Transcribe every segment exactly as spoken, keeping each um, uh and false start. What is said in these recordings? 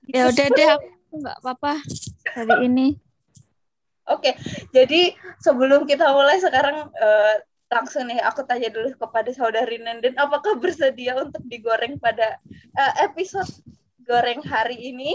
Ya udah deh, aku nggak apa-apa hari ini. Oke, jadi sebelum kita mulai sekarang uh, langsung nih aku tanya dulu kepada saudari Nenden, apakah bersedia untuk digoreng pada uh, episode goreng hari ini?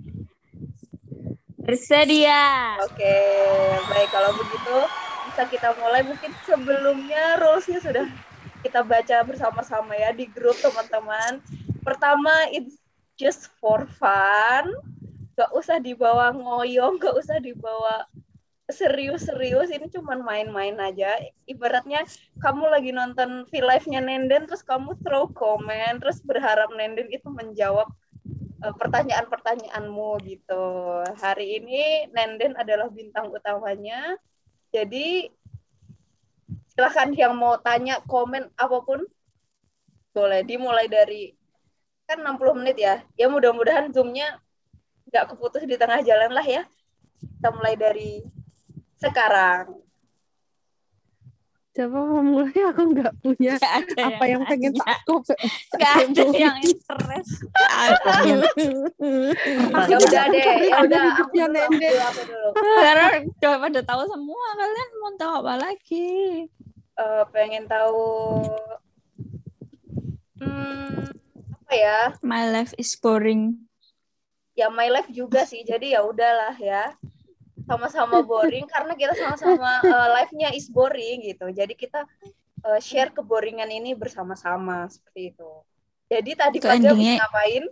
Bersedia. Oke, baik kalau begitu bisa kita mulai. Mungkin sebelumnya rules-nya sudah kita baca bersama-sama ya di grup teman-teman. Pertama, it's just for fun. Gak usah dibawa ngoyong, gak usah dibawa serius-serius, ini cuma main-main aja. Ibaratnya kamu lagi nonton V-Live-nya Nenden, terus kamu throw komen, terus berharap Nenden itu menjawab uh, pertanyaan-pertanyaanmu gitu. Hari ini Nenden adalah bintang utamanya, jadi silahkan yang mau tanya, komen, apapun boleh. Dimulai dari, kan enam puluh menit ya, ya mudah-mudahan Zoom-nya nggak keputus di tengah jalan lah ya. Kita mulai dari sekarang. Coba mau mulai, aku nggak punya apa yang, yang pengen tak kok. Nggak ada yang interest. Ya udah deh, ya udah aku dulu, aku dulu, aku dulu. Karena udah pada tahu semua, kalian mau tahu apa lagi? Uh, pengen tahu hmm, apa ya? My life is boring. Ya my life juga sih, jadi ya udahlah ya. Sama-sama boring karena kita sama-sama uh, live-nya is boring gitu. Jadi kita uh, share keboringan ini bersama-sama seperti itu. Jadi tadi pagi habis ngapain?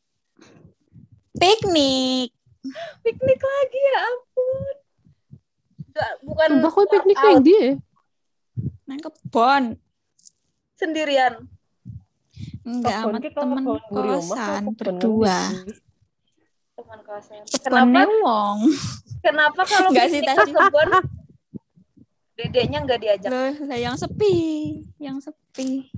Piknik. Piknik lagi ya ampun. Gak, bukan aku piknik yang dia. Nang kebon. Sendirian. Enggak, sama temen kosan berdua. Teman kosan. Kenapa? Wong. Kenapa kalau nggak sih tadi kebun dedeknya nggak diajak? Loh, lah yang sepi, yang sepi.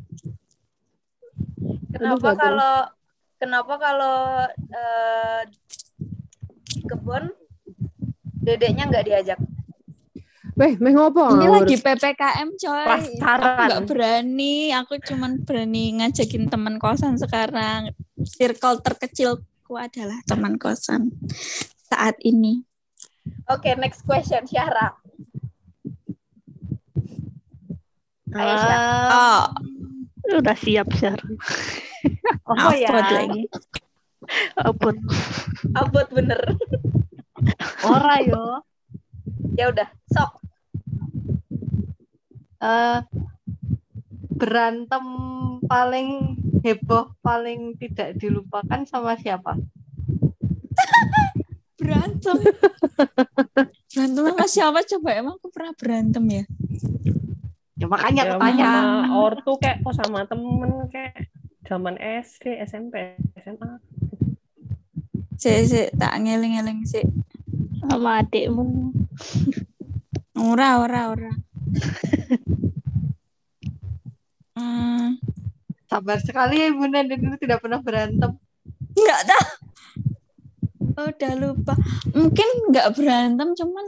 Kenapa Aduh, kalau kenapa kalau uh, kebun dedeknya nggak diajak? Weh, meh ngopo? Ini lagi P P K M coy. Pasaran. Aku nggak berani, aku cuman berani ngajakin teman kosan sekarang. Circle terkecilku adalah teman kosan saat ini. Oke, okay, next question, Syahra. Ayo, Syahra. Oh, udah siap, Syahra. Oh ya. Abot lagi. Abot. Abot bener. Ora yo. Ya udah, sok. Uh, berantem paling heboh, paling tidak dilupakan sama siapa? Berantem berantem sama siapa coba, emang aku pernah berantem ya? Ya makanya ya, aku tanya sama ortu kayak kok sama temen kayak zaman S D, S M P, S M A. Sik sik tak ngeling-eling sik sama adikmu. Ora ora ora. hmm. Sabar sekali ya Bunda, dan dulu tidak pernah berantem. Enggak tahu. Oh, udah lupa. Mungkin nggak berantem, cuman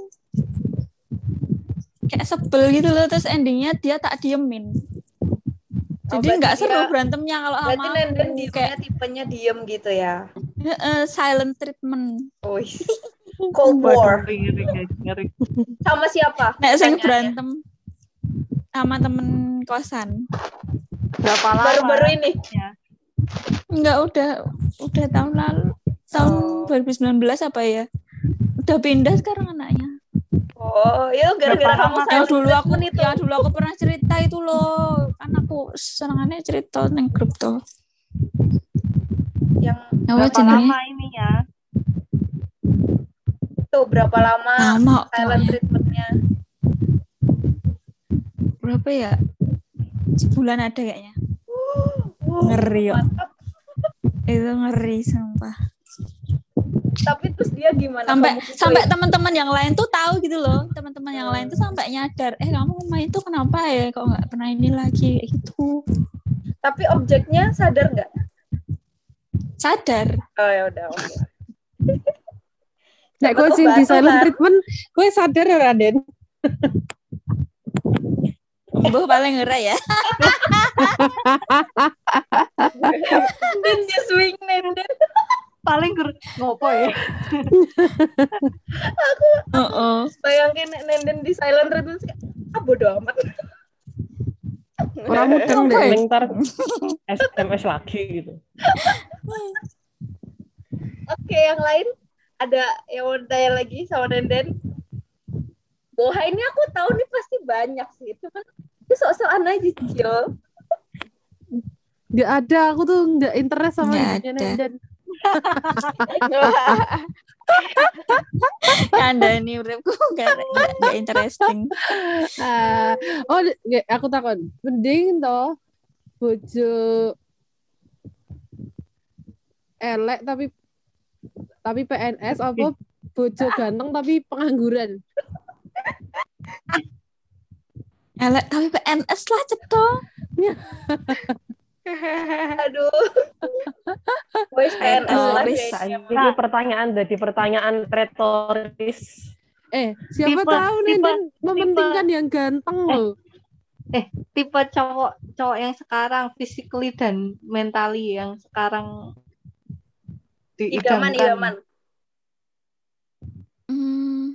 kayak sebel gitu loh. Terus endingnya dia tak diemin. Jadi nggak oh, seru dia, berantemnya kalau sama aku. Berarti kayak tipenya diem gitu ya? Uh, silent treatment. Oh, Cold War. Ngeri, ngeri, ngeri. Sama siapa? Nek sing berantem sama temen kosan. Berapa lama? Baru-baru ini? Ya. Enggak, udah udah tahun lalu. Tahun oh. dua ribu sembilan belas apa ya? Udah pindah sekarang anaknya. Oh, ya gara-gara kamu yang dulu aku itu. Ya dulu aku pernah cerita itu loh. Kan aku senengannya cerita nang grup tuh. Yang oh, berapa jenenge? Lama ini ya? Tuh berapa lama, lama silent treatment-nya? Berapa ya? Sebulan ada kayaknya. Uh, uh, ngeri kok. Itu ngeri sumpah. Tapi terus dia gimana? Sampai sampai teman-teman yang lain tuh tahu gitu loh. Teman-teman yang lain tuh sampai nyadar, eh kamu main tuh kenapa ya? Kok nggak pernah ini lagi gitu. Tapi objeknya sadar nggak? Sadar. Oh ya udah oke. Okay. Nek kowe sing di silent treatment, kowe sadar ora, Den? Mbah paling ora ya. Den dia swing Nenden. paling ger ngopo ya. Heeh. Bayangin nek Nenden di silent treatment kayak ah bodo amat. Orang mudeng deh. Paling ntar S M S lagi gitu. Oke, yang lain ada yang mau tanya lagi sama Nenden? Boha ini aku tahu nih pasti banyak sih. Itu kan itu sok-sokan aja, Cil. Nggak ada, aku tuh nggak interest sama Nggak hidupnya ada. Nenden. Anda ini uripku nggak nggak nggak interesting. Ah, oh, nggak, aku takon. Mending toh bojo elek tapi tapi P N S apa bojo ganteng tapi pengangguran. Elek tapi P N S lah cetong. Aduh. Wes P N S lah Retoris. kayaknya. Ini pertanyaan jadi pertanyaan retoris. Eh, siapa Tipe- tahu tipe- Nenden mementingkan yang ganteng loh. Tipe cowok cowok yang sekarang physically dan mentally yang sekarang Idaman, diidamkan. idaman. Hmm.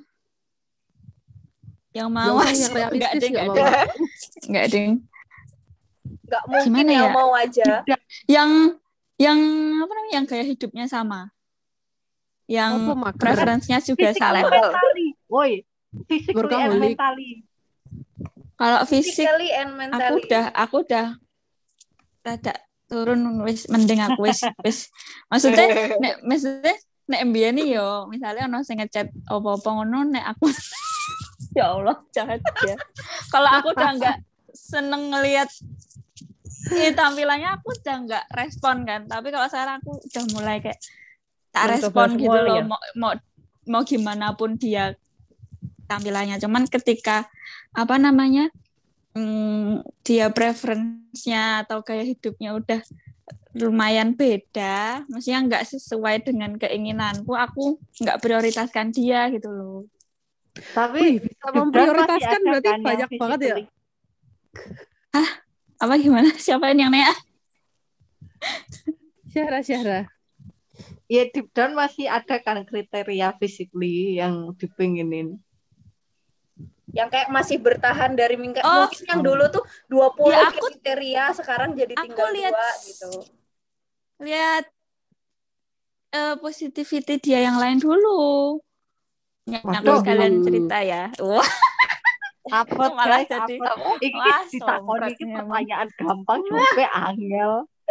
Yang Nggak mau usah yang nggak realistis, ding, nggak nggak mau. ding. Nggak ding. Nggak mungkin Gimana yang ya? mau aja. Yang yang apa namanya? Yang gaya hidupnya sama. Yang Apa mager? preferensinya juga Physically sama. mentally. Woi, physically and Workaholic. mentally. Kalau fisik Physically and aku mentally. udah aku udah rada turun wis mending aku wis wis maksudnya nek maksudnya nek mbiyen yo misalnya ono sing ngechat apa-apa ngono nek aku ya Allah jahat ya. Kalau aku udah enggak seneng ngelihat eh, tampilannya aku udah enggak respon kan, tapi kalau sekarang aku udah mulai kayak tak Mencoba respon semua gitu loh ya? mau mau mau gimana pun dia tampilannya, cuman ketika apa namanya Hmm, dia preferensinya atau gaya hidupnya udah lumayan beda, maksudnya nggak sesuai dengan keinginanku, aku nggak prioritaskan dia gitu loh. Tapi Bisa Gibran memprioritaskan masih ada berarti kan yang banyak banget ya. physically. Apa gimana? Siapa yang nanya? Syahra, Syahra. Ya deep down masih ada kan kriteria physically yang dipinginin. Yang kayak masih bertahan dari minggu Oh. mungkin yang dulu tuh dua puluh Ya, aku- kriteria sekarang jadi aku tinggal lihat- dua gitu. Lihat eh, positivity dia yang lain dulu. Ya, aku Waduh. sekalian cerita ya. Wah, Apot malah guys, jadi- apot. Iki wah, ditakoni iki sompretnya, pertanyaan gampang jawabnya angel.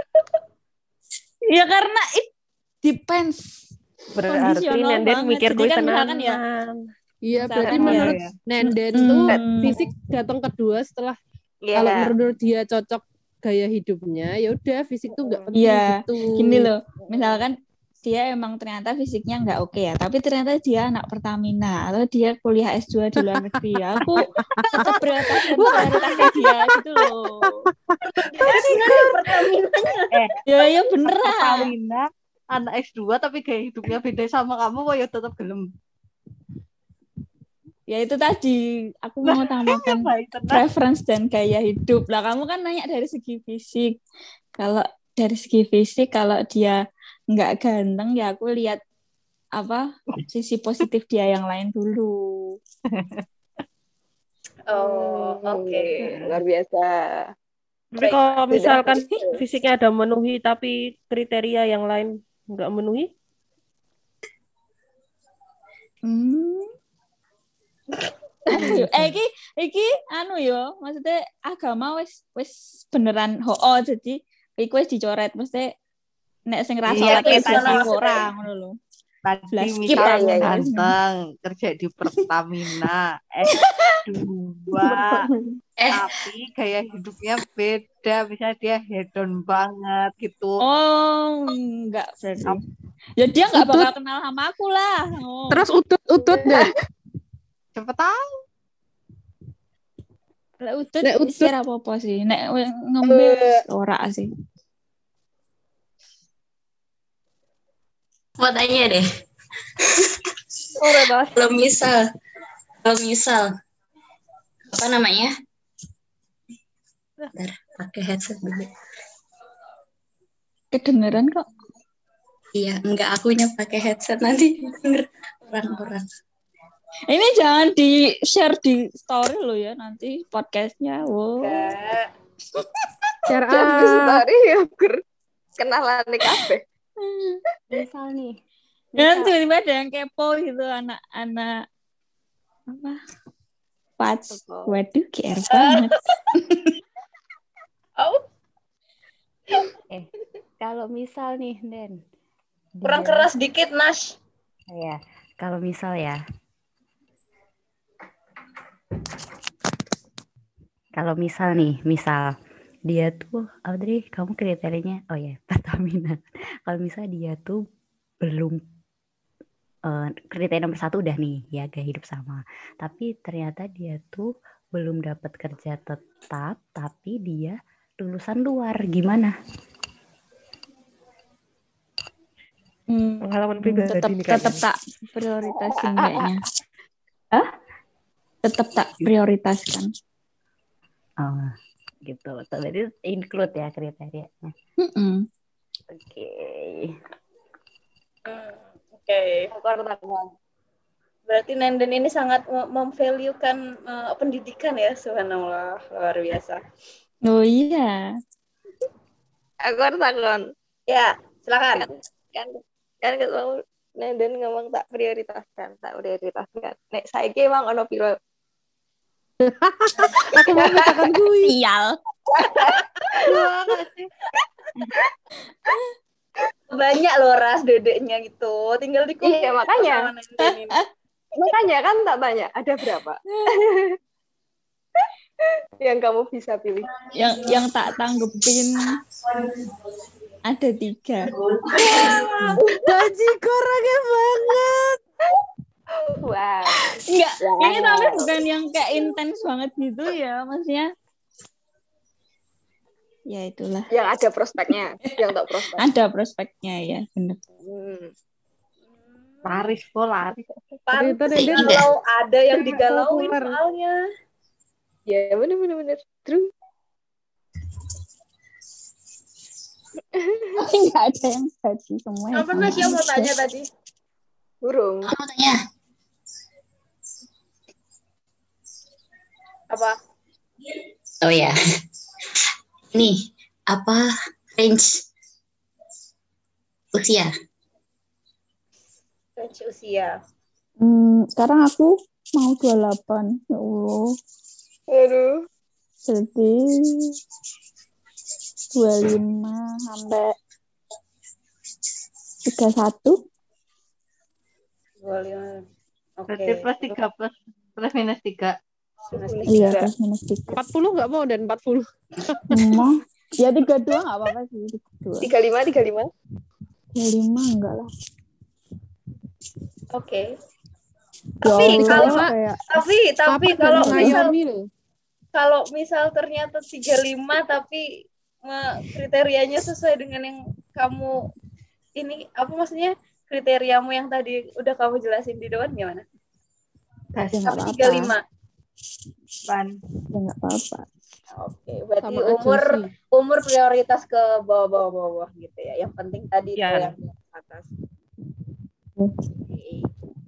ya karena it depends. Berarti Kondisional Nenden banget. mikir Jadi gue kan tenanan. misalkan ya, Iya, Misalkan berarti ya. menurut Ya. Nenden Hmm. tuh fisik datang kedua setelah Iya. kalau menurut dia cocok gaya hidupnya, ya udah fisik tuh nggak penting Iya, gitu. gini loh, misalkan dia emang ternyata fisiknya nggak oke ya, tapi ternyata dia anak Pertamina atau dia kuliah S dua di luar negeri, ya aku tetap prioritaskan prioritasnya dia gitu loh. Dia Pertamina. Ya ya bener lah. Pertamina anak S dua tapi gaya hidupnya beda sama kamu, kok ya tetap gelem. Ya itu tadi aku mau utamakan Baik tenang. preference dan gaya hidup. Lah kamu kan nanya dari segi fisik. Kalau dari segi fisik, kalau dia nggak ganteng ya aku lihat apa sisi positif dia yang lain dulu. Oh, oke. Luar biasa. Tapi kalau Tidak. misalkan fisiknya ada memenuhi tapi kriteria yang lain nggak memenuhi, Hmm. Anu yo, eh iki iki anu yo, maksudnya agama wis wis beneran hoo jadi iku wis dicoret, mesti nek sing ra Iya, salat wis kita jadi maksudnya. ora ngono lho. Tadi Flash skip misalnya ya, ya, ya. ganteng kerja di Pertamina S dua Eh. tapi gaya hidupnya beda, misalnya dia hedon banget gitu. Oh, enggak berarti. Ya dia enggak bakal kenal sama aku lah. Oh. Terus utut-utut deh. Siapa tahu. Lek utut Nek utut- wis ora apa-apa sih. Nek ngombe wis ora sih. Mau tanya deh. Ora banget. Kalau misal, kalau misal, apa namanya? Bentar, pakai headset dulu. Kedengeran kok. Iya, enggak akunya pakai headset nanti denger orang-orang. Ini jangan di-share di story lo ya nanti podcastnya. Wow. Enggak. Share Jangan ah. story ya, gur. Kenalan nih kabeh. Misal nih. Dan Misal, tiba-tiba ada yang kepo gitu anak-anak apa? Pas. Waduh, G R banget. Oh, eh, kalau misal nih, Den. kurang dia- keras dikit, Nash. Ya, kalau misal ya. Kalau misal nih, misal dia tuh, apa tadi kamu kriterianya? Oh ya, Pertamina. Kalau misal dia tuh belum eh, kriteria nomor satu udah nih, ya gaya hidup sama. Tapi ternyata dia tuh belum dapat kerja tetap, tapi dia lulusan luar, gimana? Hmm, Pengalaman hmm, tetap tetap tak prioritasin kayaknya. Hah? Tetap tak prioritaskan. Oh, gitu. Berarti include ya kriterianya. Mm-mm. Oke. Hmm, Oke. Aku harus tahu. Berarti Nenden ini sangat mem- memvaluekan eh, pendidikan ya, subhanallah, luar biasa. Oh iya. Aku harus takon. Ya, silakan. Kan kan ketemu Nenden ngomong tak prioritaskan, tak prioritaskan. Nek saiki emang ono piro? Aku mau katakan kui. Sial. Banyak loh ras dedeknya gitu. Tinggal dikumpul Iya, makanya. sama Nenden ini. Makanya kan tak tanya, ada berapa? Yang kamu bisa pilih. Yang yang tak tanggepin ada tiga. Gaji orangnya banget. Wow. Enggak, ini tapi bukan yang kayak intens banget gitu ya, maksudnya. Ya itulah. Yang ada prospeknya, yang tak prospek. Ada prospeknya ya, benar. Hmm. Laris kok laris. Pantes Nenden kalau ada yang digalauin Populer. soalnya. Ya bener bener bener. True. Tapi nggak ada yang jadi semua. Apa Nas yang mau tanya tadi? Burung. Aku mau tanya. Apa? Oh ya. Nih, apa range usia? Range usia. Hmm, sekarang aku mau dua puluh delapan. Ya Allah. Aduh. Jadi dua puluh lima sampai tiga puluh satu. dua puluh lima. Oke. Berarti plus tiga plus plus minus tiga. Iya, plus minus tiga. empat puluh nggak mau dan empat puluh. Mau? Ya tiga puluh dua nggak apa-apa sih. tiga puluh dua. tiga puluh lima tiga puluh lima. tiga puluh lima enggak lah. Oke. Ya Tapi Allah, kalau kayak tapi tapi Apa kalau dan misal ngayomi loh. kalau misal ternyata tiga puluh lima tapi me- kriterianya sesuai dengan yang kamu ini apa maksudnya kriteriamu yang tadi udah kamu jelasin di depan gimana? ya nggak Tapi apa-apa. tiga puluh lima. Ban. Ya nggak apa-apa. Oke, berarti Sama aja umur sih. umur prioritas ke bawah-bawah gitu ya. Yang penting tadi itu Ya. yang di atas. Hmm. Oke.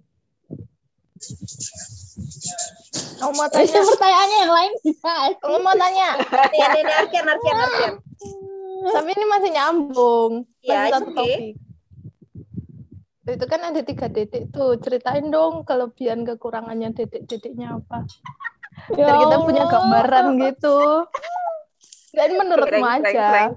Kamu mau Itu tanya? pertanyaannya yang lain bisa. Kamu mau tanya? Ini ini ini Arkian Arkian Arkian. Tapi ini masih nyambung. Ya, Masih it's satu okay. topik. Itu kan ada tiga titik tuh. Ceritain dong kelebihan kekurangannya titik-titiknya apa. Biar kita punya gambaran gitu. Dan menurutmu aja.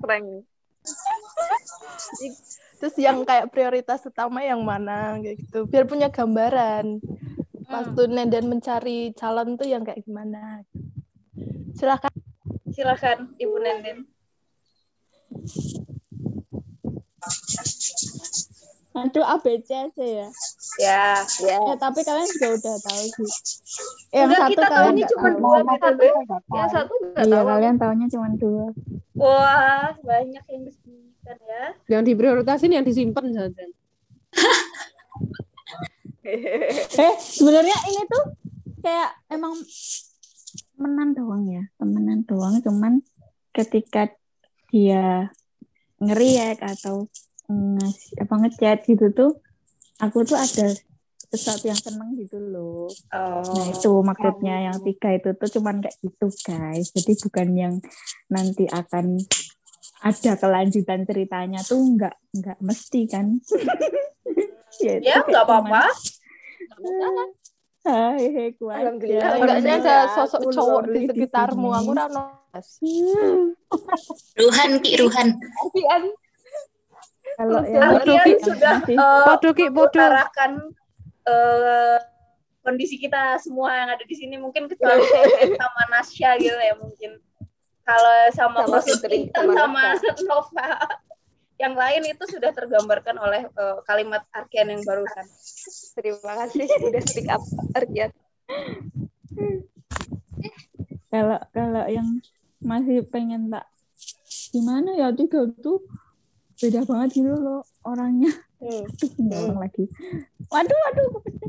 Terus yang kayak prioritas utama yang mana kayak gitu. Biar punya gambaran. Waktu Nenden mencari calon tuh yang kayak gimana. Silakan. Silakan Ibu Nenden. Aduh, A B C aja ya. Ya. Ya. Ya, tapi kalian juga udah tahu sih. Yang Udah satu kita kalian tahunya nggak cuma tahu. dua B T W. Yang satu nggak Iya, tahu. kalian tahunya cuma dua. Wah, banyak yang disembunyikan ya. Yang diprioritasin yang disimpan saja. Eh, sebenarnya ini tuh kayak emang temenan doang ya, temenan doang. Cuman ketika dia ngeriak atau ngasih apa ngechat gitu tuh aku tuh ada sesuatu yang seneng gitu loh. Oh. Nah itu maksudnya yang tiga itu tuh cuman kayak gitu guys. Jadi bukan yang nanti akan ada kelanjutan ceritanya tuh nggak nggak mesti kan. ya Ya nggak apa-apa. Hai, kuat. Alhamdulillah. Enggaknya ada sosok Aku cowok lonely di di sekitarmu. sini. Aku rano. Ruhan Ki Ruhan. Artian Kalau yang Artian yang sudah masih uh, Podo Ki, podo. mengutarakan uh, kondisi kita semua yang ada di sini, mungkin kecuali Tete sama Nasya gitu ya mungkin. Kalau sama Sama Kosut Fitri, Intan sama sama Nova, yang lain itu sudah tergambarkan oleh uh, kalimat Arkian yang barusan. Terima kasih sudah speak up, Arkian. kalau kalau yang masih pengen tak gimana ya tiga tuh beda banget gitu loh orangnya. Hmm. Aduh, ngomong lagi. Waduh, waduh.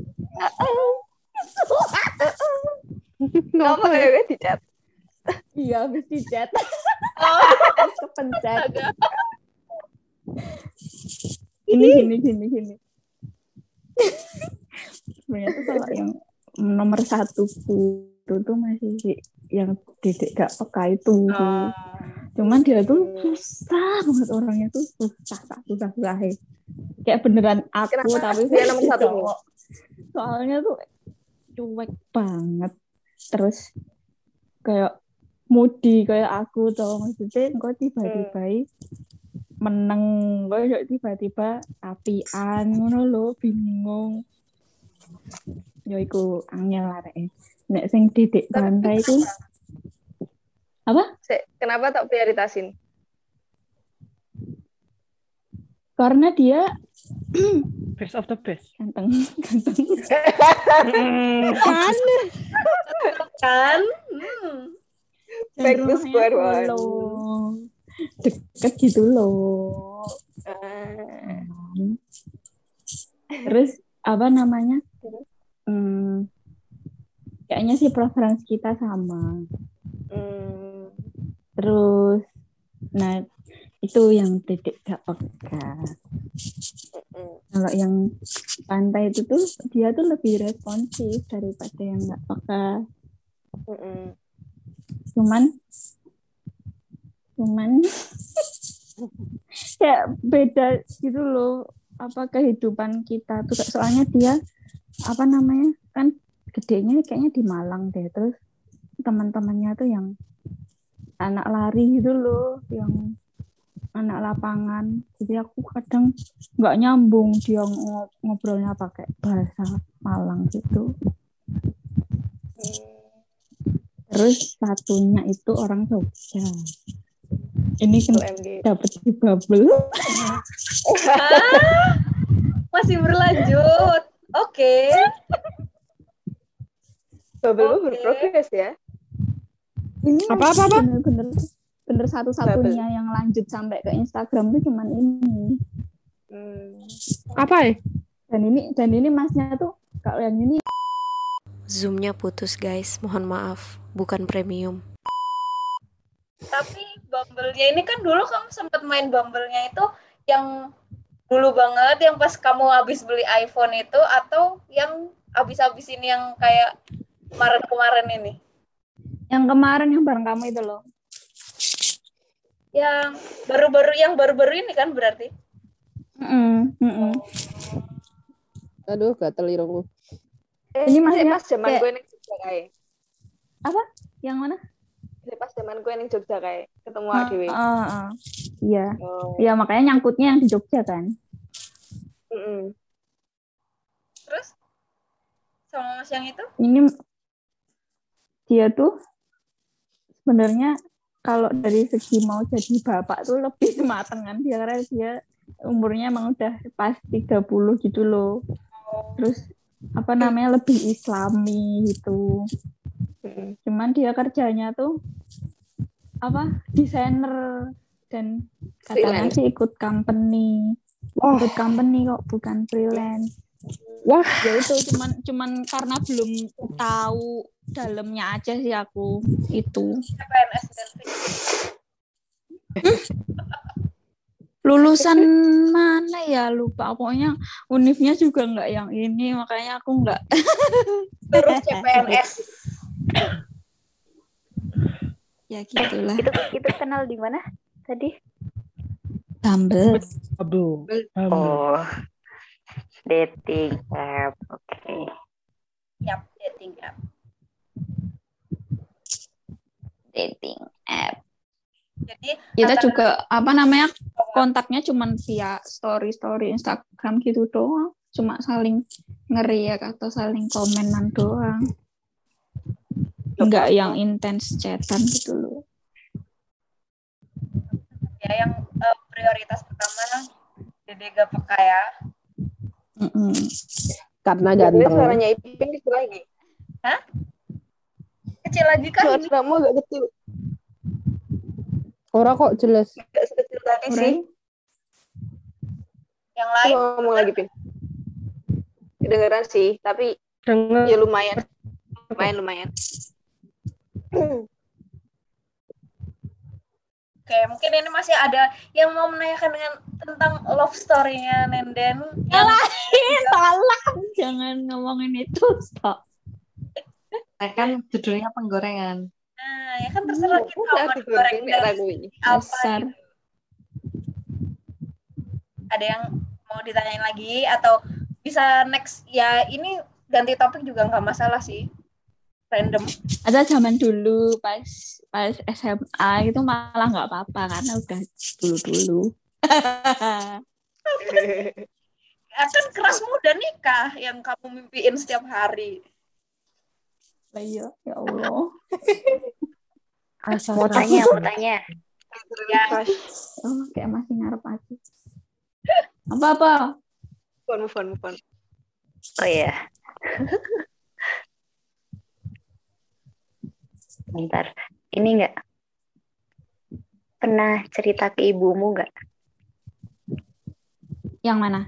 Kamu ya di chat. Iya, habis di chat. Oh, Kepencet. Ini gini gini gini. Sebenarnya tuh kalau yang nomor satu itu tuh masih yang Dedek gak peka itu. oh. Cuman dia tuh susah banget orangnya tuh susah tak susah susah. Kayak beneran aku Kenapa tapi dia nomor satu? cowok. Soalnya tuh cuek banget. Terus kayak moody kayak aku tau maksudnya kok tiba-tiba meneng kok tiba-tiba apian ngono lho bingung. Ya iku angel areke. Nek sing Dedek Bantai iku apa? Kenapa tak prioritasin? Karena dia Best of the best. ganteng, ganteng. Kan? Kan? Hmm. Dan Back to rumahnya square one. Solo. Deket gitu loh. Ah. Terus apa namanya? Hmm, kayaknya sih preferensi kita sama. Hmm. Terus, nah itu yang Dedek gak peka. Kalau yang Pantai itu tuh dia tuh lebih responsif daripada yang gak peka. Mm-mm. Cuman, cuman kayak beda gitu loh apa kehidupan kita tuh soalnya dia apa namanya kan gedenya kayaknya di Malang deh terus teman-temannya tuh yang anak lari gitu loh yang anak lapangan jadi aku kadang nggak nyambung dia ngobrolnya pakai bahasa Malang gitu terus satunya itu orang Jogja ini kan dapat di bubble Masih berlanjut. Oke. Okay. Bubble Oke. berprogres ya. ini Apa, apa, apa? bener-bener bener satu-satunya yang lanjut sampai ke Instagram tuh cuman ini Hmm. Apa ya? dan ini dan ini masnya tuh kalau yang ini Zoom-nya putus guys, mohon maaf, bukan premium. Tapi Bumble-nya ini kan dulu kamu sempat main Bumble-nya itu yang dulu banget yang pas kamu habis beli iPhone itu atau yang habis-habis ini yang kayak kemarin-kemarin ini? yang kemarin yang bareng kamu itu loh. Yang baru-baru yang baru-baru ini kan berarti? Mm-mm, mm-mm. Aduh, gatel irungku. Eh, ini maksudnya pas zaman kayak... gue ning Jogja kae. Apa? Yang mana? Pas zaman gue ning Jogja kae, ketemu uh, Dewi. Uh, uh. Iya. Oh. Iya, makanya nyangkutnya yang di Jogja kan. Mm-mm. Terus sama Mas yang itu? Ini dia tuh sebenarnya kalau dari segi mau jadi bapak tuh lebih matengan dia karena dia umurnya emang udah pas tiga puluh gitu loh. Terus apa namanya lebih islami gitu. Mm-mm. Cuman dia kerjanya tuh apa desainer dan katanya sih ikut company. Oh. Ikut company kok bukan freelance. Wah, ya itu cuman cuman karena belum tahu dalamnya aja sih aku itu. P N S dan lulusan mana ya lupa, pokoknya univnya juga nggak yang ini, makanya aku nggak. Terus C P N S. Ya gitulah. Itu itu kenal di mana tadi? Bumble. Abu. Oh, dating app. Oke. Yap, dating app. Dating app. Jadi Kita antara- juga apa namanya kontaknya cuman via story story Instagram gitu doang, cuma saling ngeriak atau saling komenan doang, nggak yang intens chatan gitu loh. ya yang eh, prioritas pertama Dede gak peka ya. Mm-mm. Karena Jadi ganteng. suaranya Ipin kecil lagi. Hah? Kecil lagi kan? Suaramu agak kecil. Ora kok jelas. Gak sekecil tadi Ora. sih. Yang lain Coba ngomong lagi, Pin. Kedengeran sih, tapi Dengar. ya lumayan. Lumayan, lumayan. Oke, mungkin ini masih ada yang mau menanyakan dengan tentang love story-nya Nenden. Salah, salah. Jangan ngomongin itu, stop. Nah, kan judulnya penggorengan. Nah, ya kan terserah kita mau Aku digoreng goreng nggak dari ragu ini. apa. Dasar. Gitu. Ada yang mau ditanyain lagi atau bisa next ya, ini ganti topik juga nggak masalah sih. Random. Ada zaman dulu pas pas S M A itu malah nggak apa-apa karena udah dulu-dulu. Akan keras muda nikah yang kamu mimpiin setiap hari. Lah iya, ya Allah. Mau tanya, mau tanya. Ya. Oh, kayak masih ngarep aja. Apa-apa? Move on, move on, move on. Oh iya. Bentar. Ini enggak pernah cerita ke ibumu enggak? Yang mana?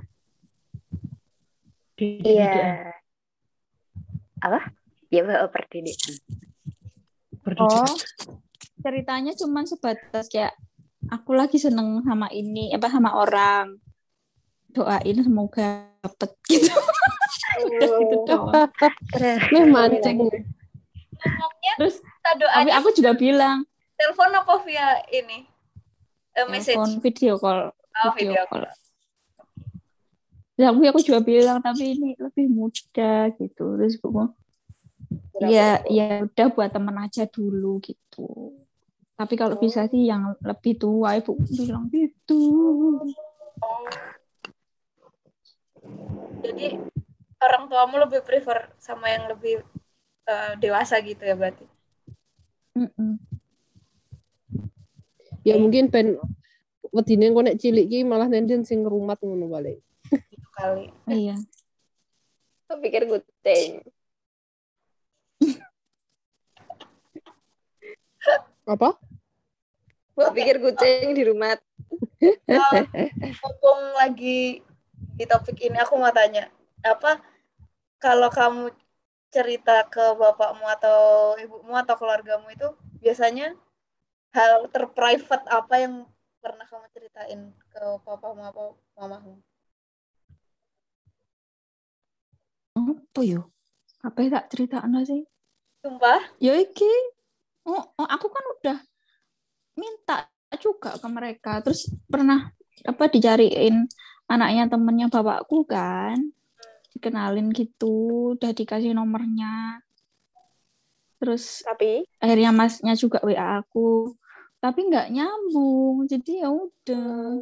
Didikan. Iya. Apa? Iya, Mbak, perdidikan. Oh, ceritanya cuma sebatas kayak aku lagi seneng sama ini, apa sama orang. Doain semoga dapet gitu. Udah gitu doang. Nih mancing. Ngomongnya Terus kita doain. tapi aku juga bilang Telepon apa via ini? Uh, message. telepon video call. Oh, Video video call. Terus aku, aku juga bilang tapi ini lebih muda gitu. Terus aku ya ya udah buat temen aja dulu gitu. Tapi kalau bisa sih yang lebih tua, ibu bilang gitu. Oh. Jadi orang tuamu lebih prefer sama yang lebih uh, dewasa gitu ya berarti? Mm-mm. Ya mungkin ben wedine engko nek cilik ki malah Nenden sing ngrumat ngono balik. Gitu kali. Iya. Aku pikir guteng. Apa? Aku pikir guteng di rumah. Uh, mumpung lagi di topik ini aku mau tanya, apa kalau kamu cerita ke bapakmu atau ibumu atau keluargamu itu biasanya hal terprivate apa yang pernah kamu ceritain ke papamu atau mamamu? Apa yo? Apa yang tak ceritaan sih? Sumpah? Ya iki. Oh, oh, aku kan udah minta juga ke mereka. Terus pernah apa dicariin anaknya temennya bapakku kan. Dikenalin gitu, udah dikasih nomornya. Terus Tapi akhirnya masnya juga W A aku. Tapi nggak nyambung. Jadi ya udah.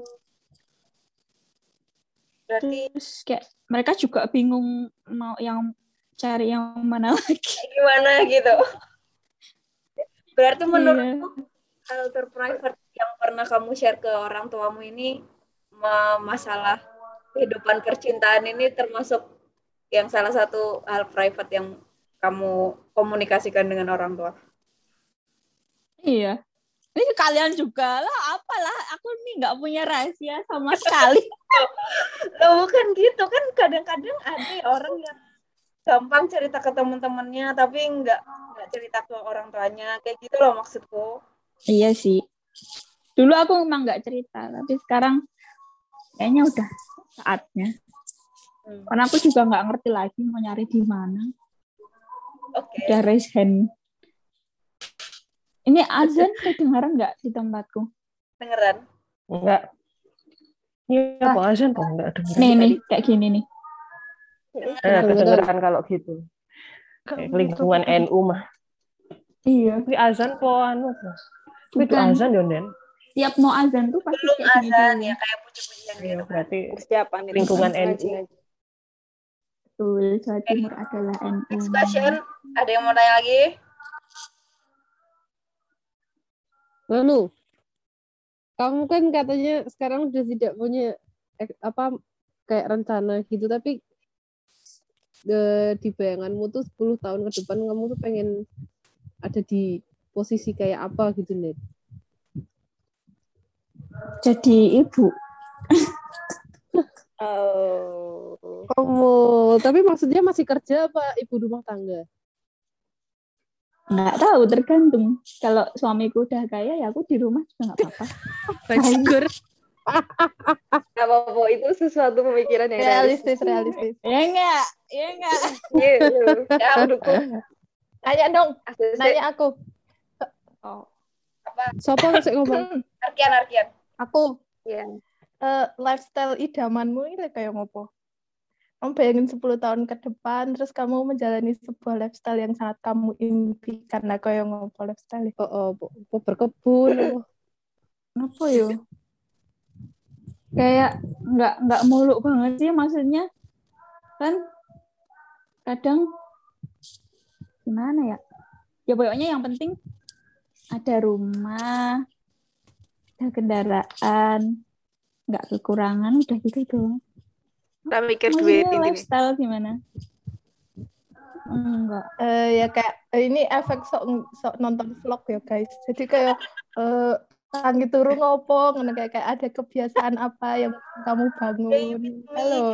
Berarti Terus kayak mereka juga bingung mau yang cari yang mana lagi. gimana gitu? Berarti menurutku Iya. hal terprivate yang pernah kamu share ke orang tuamu ini masalah kehidupan percintaan ini termasuk yang salah satu hal private yang kamu komunikasikan dengan orang tua. Iya. Ini kalian juga lah, apalah. Aku nih nggak punya rahasia sama sekali. Loh, bukan gitu kan, kadang-kadang ada orang yang gampang cerita ke teman-temannya tapi nggak nggak cerita ke orang tuanya, kayak gitu loh maksudku. Iya sih. Dulu aku memang nggak cerita, tapi sekarang kayaknya udah saatnya. Hmm. Karena aku juga nggak ngerti lagi mau nyari di mana. Oke. Okay. Udah raise hand. Ini azan kedengaran nggak di tempatku? Dengeran? Enggak. Ini apa azan kok enggak dengeran? Nih nih kayak gini nih. Eh, kedengeran kalau gitu. Kayak lingkungan N U mah. Iya. Tapi azan po anu. Itu azan yo, Den. Tiap mau azan tuh pasti belum azan ya kayak puji-pujian gitu. Berarti persiapan lingkungan N U. Betul, Jawa Timur adalah N U. Next question, ada yang mau tanya lagi? Manu, kamu kan katanya sekarang udah tidak punya apa kayak rencana gitu, tapi de, di bayanganmu tuh sepuluh tahun ke depan kamu tuh pengen ada di posisi kayak apa gitu, Net? Jadi ibu. Oh. Kamu, tapi maksudnya masih kerja apa ibu rumah tangga? Nggak tahu, tergantung. Kalau suamiku udah kaya, ya aku di rumah juga nggak apa-apa. Bajigur. Nggak apa-apa, itu sesuatu pemikiran yang realistis. Realistis, Ya enggak? Ya enggak? Iya, ya aku dukung. Nanya dong, Asli. nanya aku. Oh. Apa? Siapa yang ngomong? Arkian, Arkian. Aku. Iya. Yeah. Uh, lifestyle idamanmu ini kayak ngopo? Kamu bayangin sepuluh tahun ke depan, terus kamu menjalani sebuah lifestyle yang sangat kamu impikan. Nah, kayak ngopo lifestyle? Oh, oh, oh berkebun. Apa yo? Kayak nggak nggak muluk banget sih, maksudnya kan kadang gimana ya? Ya pokoknya yang penting ada rumah, ada kendaraan, nggak kekurangan, udah gitu doang. Kita mikir duit ini. Lifestyle gimana? Enggak. Uh, ya kayak ini efek sok sok nonton vlog ya guys. Jadi kayak uh, tangi turu ngopo, ngono kayak kayak ada kebiasaan apa yang kamu bangun. Halo.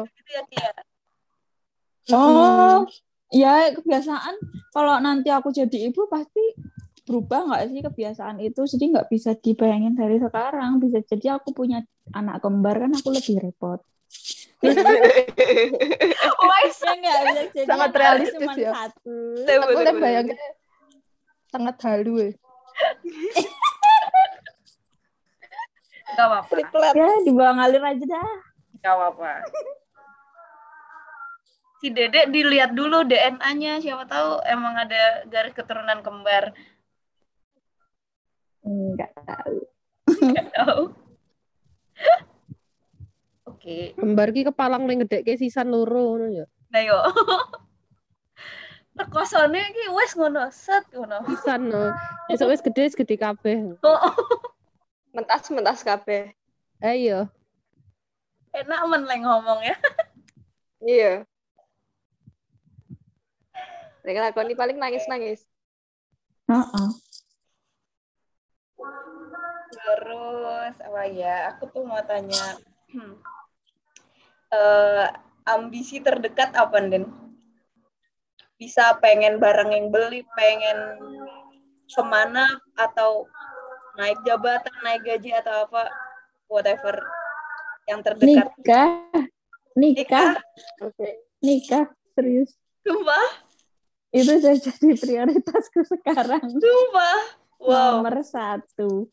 Oh, ya kebiasaan. Kalau nanti aku jadi ibu pasti berubah nggak sih kebiasaan itu? Jadi nggak bisa dibayangin dari sekarang. Bisa jadi aku punya anak kembar kan aku lebih repot. Wise ya nggak bisa jadi sangat realistis cuma ya. Satu. Aku udah bayangin sangat halu. Gak apa-apa. Ya dibawa ngalir aja dah. Gak apa-apa. Si Dedek dilihat dulu D N A-nya, siapa tahu emang ada garis keturunan kembar. Enggak tahu. Enggak tahu. Oke. Okay. Kembar ki kepalang ning gedhekke sisan loro ngono ya. Nah yo. Rekosone iki wis ngono, set ngono. Sisan no. Wis wis gede wis gede kabeh. Mentas-mentas kabeh. Ayo. Enak men lek ngomong ya. Iya. Lek lakoni paling nangis-nangis. Heeh. Terus apa ya? Aku tuh mau tanya. Hmm. Uh, ambisi terdekat apa, Den? Bisa pengen barang yang beli, pengen kemana, atau naik jabatan, naik gaji, atau apa, whatever yang terdekat. Nikah. Nikah. Oke. Okay. Nikah, serius. Sumpah? Itu sudah jadi prioritasku sekarang. Sumpah? Wow. Nomor satu.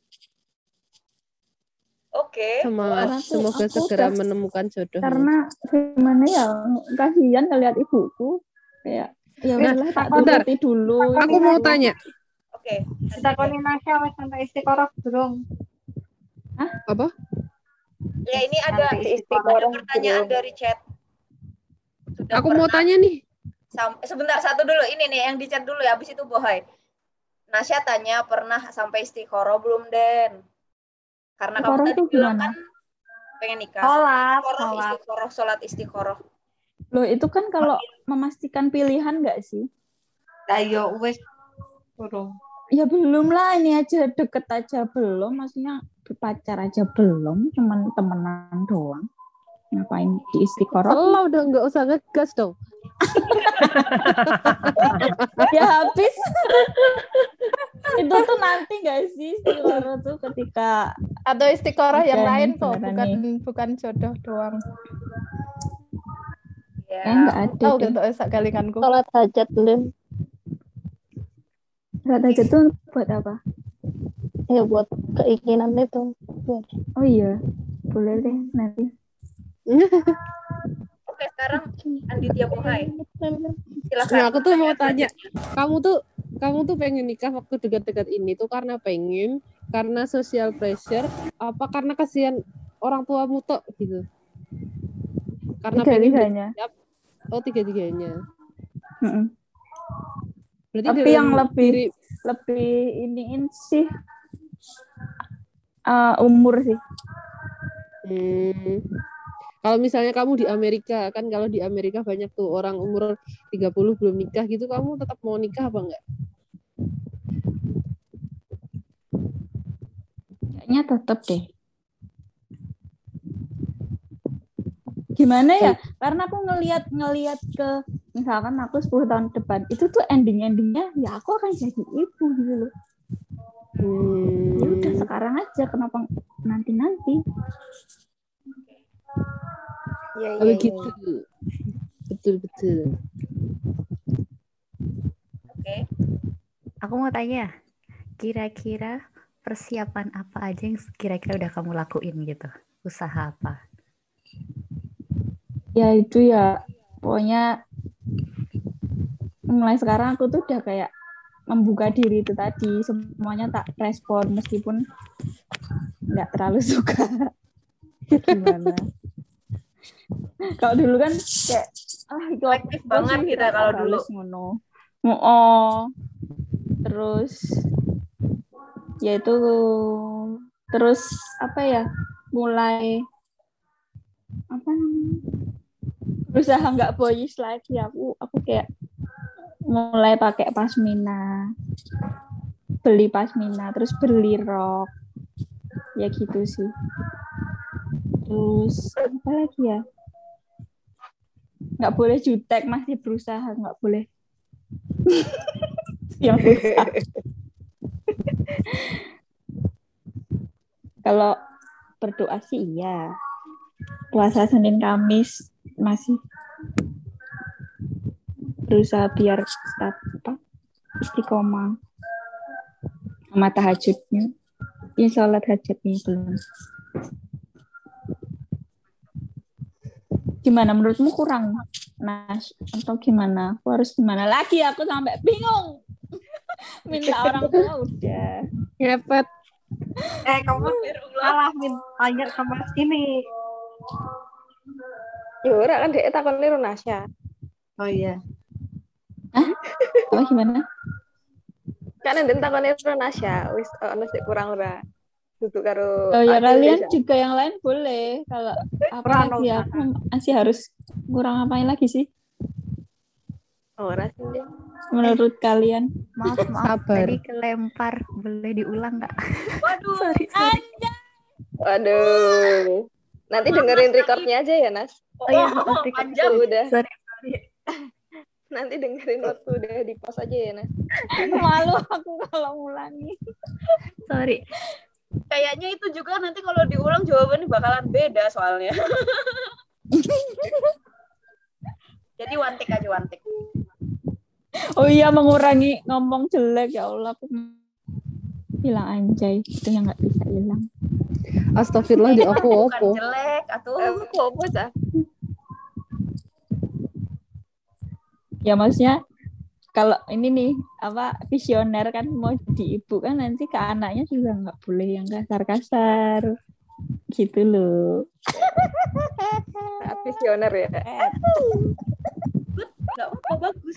Oke. Okay. Semoga, semoga segera udah, menemukan jodoh. Karena gimana ya, kasihan ngeliat ibuku kayak ya udahlah tak turuti dulu. Aku mau tanya. Oke. Okay. Kita koni Nasya wis sampai istiqoroh belum? Hah? Apa? Ya ini ada, ada pertanyaan dari chat. Sudah aku mau tanya nih. Sam- sebentar satu dulu, ini nih yang di chat dulu ya, habis itu Bohai. Nasya tanya pernah sampai istiqoroh belum, Den? Karena kamu tadi bilang kan pengen nikah. Sholat, sholat. Istiqoroh, sholat istiqoroh. Loh itu kan kalau memastikan pilihan nggak sih? Ayo wes belum. Ya belum lah, ini aja deket aja belum, maksudnya pacar aja belum, cuman temenan doang. Ngapain di istiqoroh? Lo udah nggak usah ngegas dong. Ya habis. Itu tuh nanti nggak sih istiqoroh tuh ketika Atau istiqoroh yang Udah lain nih, kok, beneran bukan nih. bukan jodoh doang. Ya, Eh, nggak ada Tahu deh. gitu sak galinganku. Sholat hajat Lim. Sholat hajat tuh buat apa? Ya buat keinginan itu. Buat. Oh iya, boleh deh nanti. Oke, sekarang Anditya Pohai. Silakan. Nah, aku tuh mau Pertanyaan tanya, selanjutnya. kamu tuh kamu tuh pengen nikah waktu dekat-dekat ini tuh karena pengen, karena social pressure, apa karena kasihan orang tuamu tok gitu? Karena pengen Tiga-tiganya. bersiap. Oh, tiga-tiganya. Mm-mm. Berarti Tapi dalam yang lebih diri lebih iniin sih uh, umur sih. Hmm. Kalau misalnya kamu di Amerika, kan kalau di Amerika banyak tuh orang umur tiga puluh belum nikah gitu, kamu tetap mau nikah apa enggak? Kayaknya tetep deh. Gimana ya? Karena aku ngelihat ngelihat ke misalkan aku sepuluh tahun depan, itu tuh ending-endingnya ya aku akan jadi ibu gitu loh. Hmm. Ya udah sekarang aja, kenapa nanti-nanti? Ya, Oh ya, gitu. ya. Betul betul. Oke. Aku mau tanya, kira-kira persiapan apa aja yang kira-kira udah kamu lakuin gitu? Usaha apa? Ya itu ya, pokoknya mulai sekarang aku tuh udah kayak membuka diri itu tadi, semuanya tak respon meskipun nggak terlalu suka. Gimana? Kalau dulu kan kayak ah itu Aktif banget kita kalau dulu. ngono. Oh, terus ya itu terus apa ya? Mulai apa namanya? Berusaha nggak boyish lagi. Aku aku kayak mulai pakai pasmina, beli pasmina, terus beli rok, ya gitu sih. Terus apa lagi ya? Nggak boleh jutek, masih berusaha nggak boleh. Yang susah. Kalau berdoa sih iya. Puasa Senin Kamis masih berusaha biar start apa istiqomah sama tahajudnya. Ya sholat hajatnya belum. Gimana menurutmu kurang Nas atau gimana? Aku harus gimana lagi? Aku sampai bingung. Minta orang tua udah. Ngepet. Eh kamu salah min tanya sama sini. Ya ora kan dhek takoni Runasya. Oh iya. Hah? Apa gimana? Kan ndek takoni Runasya, wis ono sik kurang ora. Duduk karo Oh ya aku kalian desa. juga yang lain boleh. Kalau apa Rano, lagi aku masih harus kurang apain lagi sih? Ora sih. Ndek. Menurut kalian? Maaf, maaf. Sabar. Tadi kelempar. Boleh diulang nggak? Waduh, sorry, sorry. Waduh. Nanti dengerin recordnya aja ya, Nas. Oh iya, Oh, sorry. panjang. Udah. Sorry, sorry. Nanti dengerin waktu udah di pause aja ya, Nas. Malu aku kalau ngulangi. Sorry. Kayaknya itu juga nanti kalau diulang jawabannya bakalan beda soalnya. Jadi one take aja one take. Oh iya, mengurangi ngomong jelek, ya Allah, aku hilang anjay, itu yang nggak bisa hilang. Astagfirullah di aku Bukan opo. jelek atau Aku apa sah? Ya maksudnya kalau ini nih apa visioner kan mau jadi ibu kan nanti ke anaknya juga nggak boleh yang kasar-kasar gitu loh. Saat visioner ya. nggak apa bagus.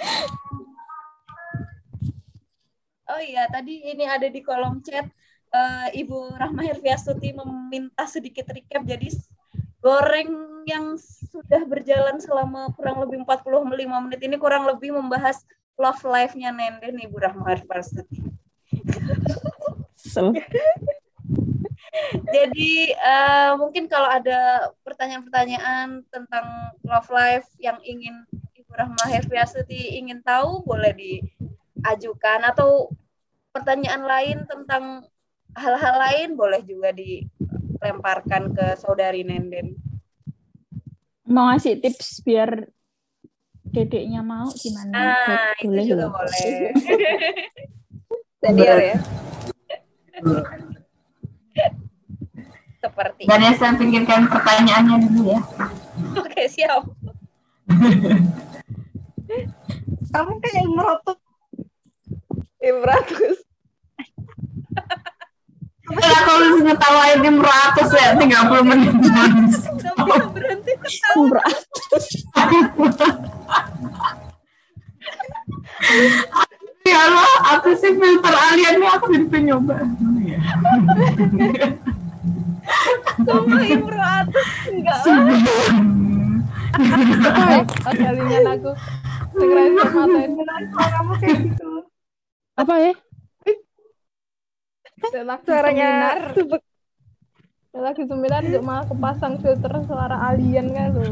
Oh iya, tadi ini ada di kolom chat uh, Ibu Rahma Herviastuti meminta sedikit recap. Jadi goreng yang sudah berjalan selama kurang lebih empat puluh lima menit ini kurang lebih membahas love life-nya Nenden Ibu Rahma Herviastuti. So. Jadi uh, mungkin kalau ada pertanyaan-pertanyaan tentang love life yang ingin Ibu Rahma Herviastuti ingin tahu boleh diajukan, atau pertanyaan lain tentang hal-hal lain boleh juga dilemparkan ke saudari Nenden. Mau ngasih tips biar dedeknya mau gimana? Nah, itu boleh juga loh. boleh. Senior ya. Seperti Dan ya saya pikirkan pertanyaannya dulu ya. Oke, siap. Kamu kayak merotot. Imratus. Kalau aku harus ngetawain tim ratus ya tiga puluh menit. Nggak bisa berhenti ketawa. Ya Allah, apa sih filter aliennya aku jadi nyoba. Sumpah Imratus enggak. Ada lingan aku. Dengerin matain Kamu kayak gitu. Apa ya? Suaranya subek. lagi seminar juga malah kepasang filter suara alien kan lo.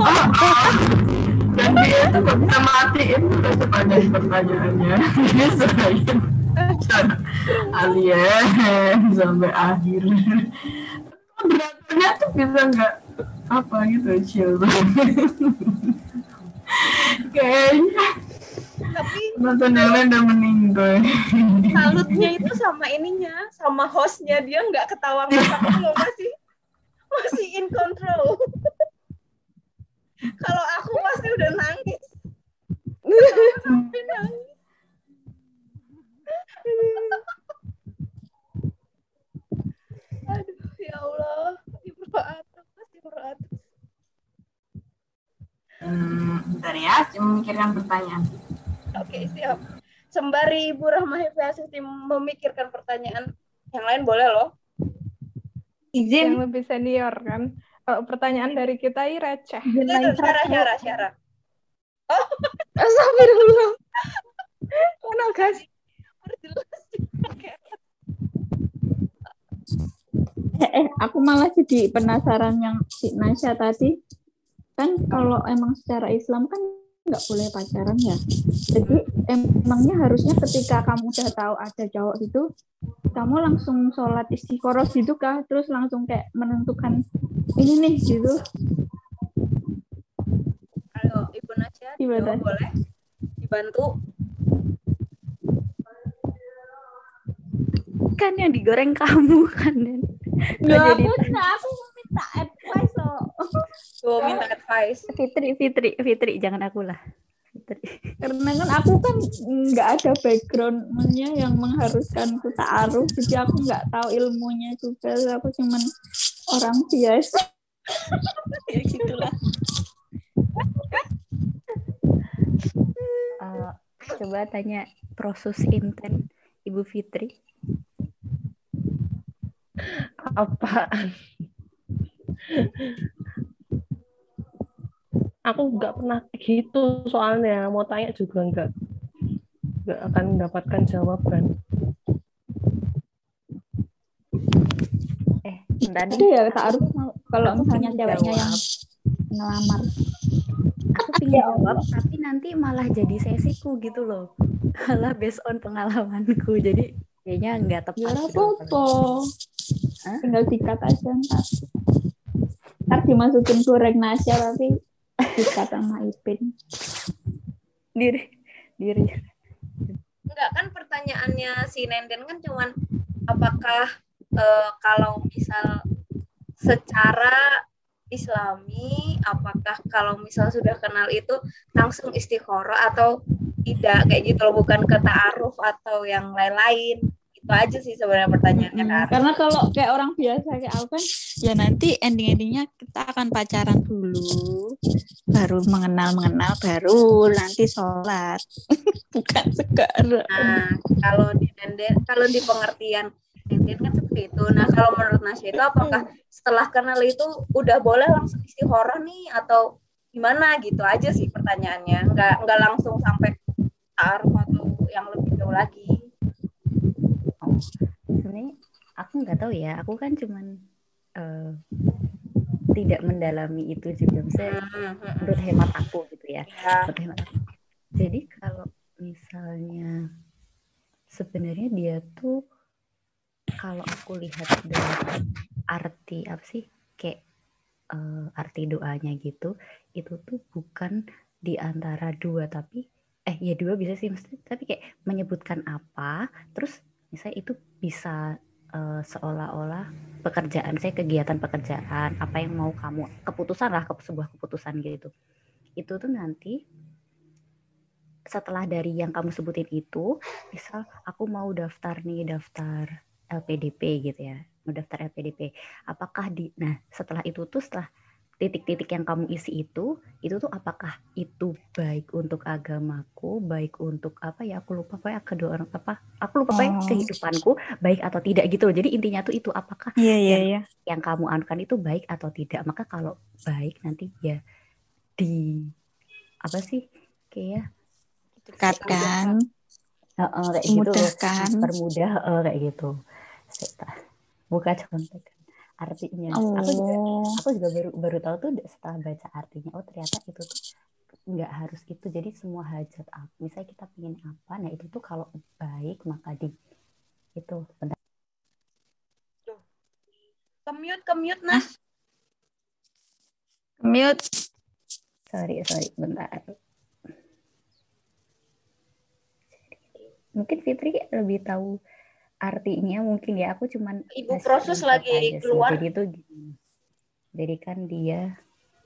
Dan dia itu gak bisa matiin udah sepanjang pertanyaannya. Dia serahin alien sampai akhir. Beratnya tuh bisa nggak apa gitu chill banget. Kayaknya Tapi nonton yang lain udah meninggal. salutnya itu sama ininya, sama hostnya, dia nggak ketawa ngakak loh, masih masih in control. Kalau aku pasti udah nangis. Sampai nangis. Aduh, ya Allah, Imratus, Imratus. Hmm, bentar ya, cuma mikirkan pertanyaan. Oke, siap. Sembari Ibu Rahma Hifdiyasiti memikirkan pertanyaan yang lain boleh loh. Izin. Yang lebih senior kan. Kalau pertanyaan dari kita ini receh. Itu tuh, Syara, Syara, Syara. Oh, Astagfirullah. Mana guys? harus jelas. Eh, eh, aku malah jadi penasaran yang si Nasya tadi. Kan kalau emang secara Islam kan nggak boleh pacaran ya. Jadi emangnya harusnya ketika kamu udah tahu ada cowok itu, kamu langsung sholat istiqoroh gitu kah? Terus langsung kayak menentukan ini nih gitu. Kalau Ibu Nasya, Gimana? boleh dibantu. Kan yang digoreng kamu kan. Nggak, aku, nah, aku minta advice loh. Tuh, minta advice. Fitri, Fitri, Fitri, jangan aku lah. Fitri. Karena kan aku kan nggak ada backgroundnya yang mengharuskan ku ta'aruf, jadi aku nggak tahu ilmunya juga. Aku cuman orang biasa. Ya gitulah. Uh, coba tanya proses inten Ibu Fitri. Apaan? Aku nggak pernah gitu soalnya, mau tanya juga nggak nggak akan mendapatkan jawaban. Eh, tadi ya ta'aruf kalau misalnya ceweknya yang ngelamar. Aku pingin jawab, tapi nanti malah jadi sesiku gitu loh. Malah based on pengalamanku, jadi kayaknya nggak tepat. Ya apa-apa. Tinggal sikat aja ntar. Ntar dimasukin goreng Nasya tapi sikat sama Ipin. Diri, diri. Enggak, kan pertanyaannya si Nenden kan cuman apakah uh, kalau misal secara Islami, apakah kalau misal sudah kenal itu langsung istikharah atau tidak, kayak gitu loh, bukan ke ta'aruf atau yang lain-lain. Itu aja sih sebenarnya pertanyaannya kan. Karena kalau kayak orang biasa kayak aku kan, ya nanti ending-endingnya kita akan pacaran dulu, baru mengenal-mengenal, baru nanti sholat. Bukan sekarang. Nah, kalau di Nenden, kalau di pengertian Nenden kan seperti itu. Nah, kalau menurut Nasya itu apakah setelah kenal itu udah boleh langsung istikharah nih atau gimana, gitu aja sih pertanyaannya. Nggak, nggak langsung sampai ta'aruf atau yang lebih jauh lagi. Oh, sebenarnya aku nggak tahu ya. Aku kan cuman uh, tidak mendalami itu juga. Misalnya, hmm, menurut hemat aku gitu ya. ya. Menurut hemat aku. Jadi kalau misalnya sebenarnya dia tuh kalau aku lihat dari arti apa sih kayak uh, arti doanya gitu, itu tuh bukan di antara dua tapi eh ya dua bisa sih mesti, tapi kayak menyebutkan apa, terus misalnya itu bisa uh, seolah-olah pekerjaan saya kegiatan pekerjaan apa yang mau kamu keputusan lah ke sebuah keputusan gitu, itu tuh nanti setelah dari yang kamu sebutin itu, misal aku mau daftar nih, daftar L P D P gitu ya, mau daftar L P D P. Apakah di, nah setelah itu tuh setelah titik-titik yang kamu isi itu, itu tuh apakah itu baik untuk agamaku, baik untuk apa ya, aku lupa apa ya, kedua orang apa, aku lupa apa ya, Oh. kehidupanku, baik atau tidak gitu loh. Jadi intinya tuh itu apakah Iya, iya, yang iya. yang kamu anukan itu baik atau tidak. Maka kalau baik nanti ya di apa sih kayak Dekatkan, Uh, uh, kayak gitu loh, memudahkan. permudah uh, kayak gitu. Buka contekan artinya. Oh. Aku juga aku juga baru baru tahu tuh setelah baca artinya. Oh ternyata itu tuh nggak harus itu. Jadi semua hajat apa, misalnya kita pengen apa, nah itu tuh kalau baik maka di itu. Bentar. Kemute, kemute nah. Mute. Sorry, sorry, bentar. Mungkin Fitri lebih tahu artinya mungkin ya, aku cuman Ibu proses lagi keluar. Jadi itu gini. Jadi kan dia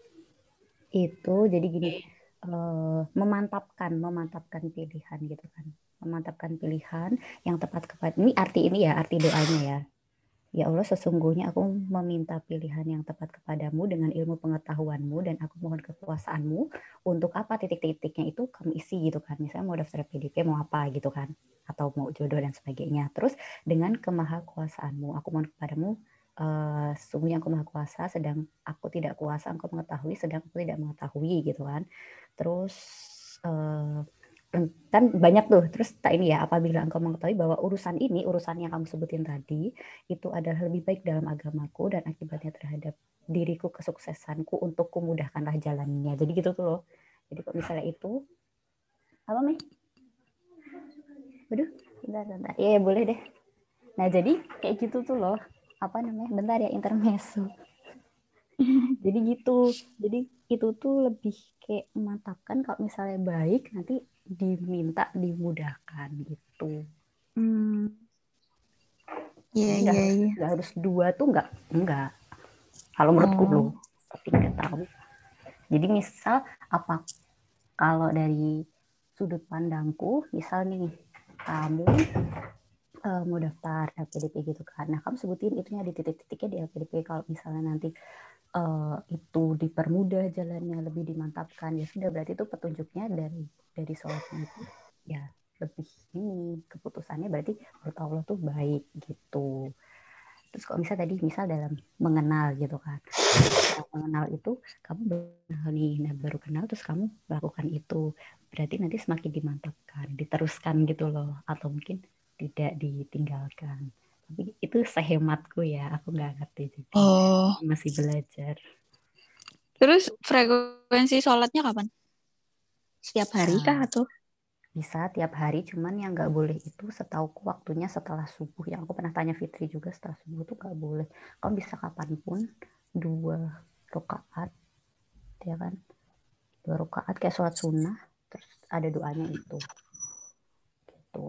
itu jadi gini uh, memantapkan memantapkan pilihan gitu kan. Memantapkan pilihan yang tepat kepada ini arti ini ya, arti doanya ya. Ya Allah, sesungguhnya aku meminta pilihan yang tepat kepadamu dengan ilmu pengetahuanmu dan aku mohon kekuasaanmu untuk apa titik-titiknya itu kamu isi gitu kan. Misalnya mau daftar P D P mau apa gitu kan. Atau mau jodoh dan sebagainya. Terus dengan kemahakuasaanmu aku mohon kepadamu uh, sesungguhnya aku maha kuasa sedang aku tidak kuasa, engkau mengetahui sedang aku tidak mengetahui gitu kan. Terus uh, kan banyak tuh, terus tak ini ya, apabila engkau mengetahui bahwa urusan ini, urusan yang kamu sebutin tadi itu adalah lebih baik dalam agamaku dan akibatnya terhadap diriku kesuksesanku untuk kumudahkanlah jalannya. Jadi gitu tuh loh. Jadi kok misalnya itu apa Mei? Waduh, bentar, bentar. Iya, ya, boleh deh. Nah jadi kayak gitu tuh loh, apa namanya, bentar ya, intermezzo. Jadi gitu, jadi itu tuh lebih kayak memantapkan kalau misalnya baik nanti diminta dimudahkan gitu. Hmm. Iya, nggak iya, harus, iya. nggak harus dua tuh nggak, enggak. Kalau menurutku Oh. loh, tapi nggak tahu. Jadi misal apa, kalau dari sudut pandangku, misal nih kamu uh, mau daftar L P D P gitu kan, nah kamu sebutin itunya di titik-titiknya di L P D P. Kalau misalnya nanti uh, itu dipermudah jalannya, lebih dimantapkan, ya sudah berarti itu petunjuknya dari dari sholatnya itu ya lebih ini keputusannya berarti menurut Allah tuh baik gitu. Terus kalau misalnya tadi misal dalam mengenal gitu kan, mengenal itu kamu baru nih, nah baru kenal terus kamu melakukan itu, berarti nanti semakin dimantapkan, diteruskan gitu loh, atau mungkin tidak ditinggalkan. Tapi itu sehematku ya, aku nggak ngerti juga. Oh. Masih belajar. Terus frekuensi sholatnya kapan? Setiap hari kah atau? Bisa tiap hari, cuman yang nggak boleh itu setauku waktunya setelah subuh. Yang aku pernah tanya Fitri juga, setelah subuh tuh nggak boleh. Kamu bisa kapanpun dua rakaat, ya kan? Dua rakaat kayak sholat sunnah, terus ada doanya itu. Gitu.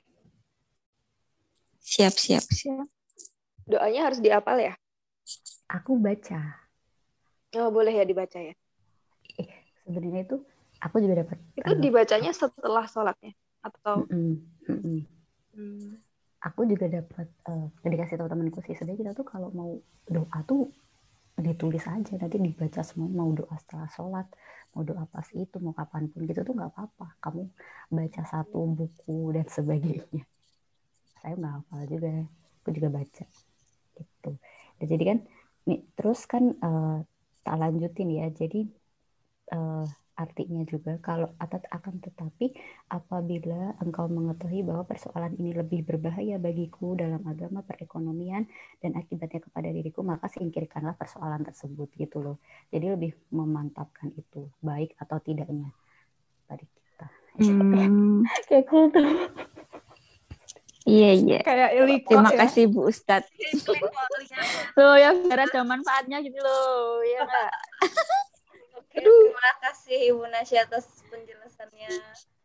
Siap, siap, siap. Doanya harus dihafal ya? Aku baca. Oh, boleh ya dibaca ya? Eh, sebenarnya itu aku juga dapat. Itu dibacanya setelah sholatnya atau? Mm-mm, mm-mm. Hmm. Aku juga dapat uh, dikasih tahu temanku sih, sebenarnya kita tuh kalau mau doa tuh ditulis aja, nanti dibaca semua, mau doa setelah sholat, mau doa pas itu, mau kapanpun gitu tuh nggak apa-apa. Kamu baca satu buku dan sebagainya. Saya nggak hafal juga, aku juga baca gitu. Dan jadi kan, nih, terus kan uh, tak lanjutin ya. Jadi uh, artinya juga kalau akan tetapi apabila engkau mengetahui bahwa persoalan ini lebih berbahaya bagiku dalam agama, perekonomian dan akibatnya kepada diriku, maka singkirkanlah persoalan tersebut gitu loh. Jadi lebih memantapkan itu baik atau tidaknya pada kita. Hmm. Kayak cool tuh. Iya, iya. Kayak iliko Terima ya. kasih Bu Ustadz. Loh, ya biar ada manfaatnya gitu loh. Ya enggak? Oke, terima kasih Ibu Nasya atas penjelasannya.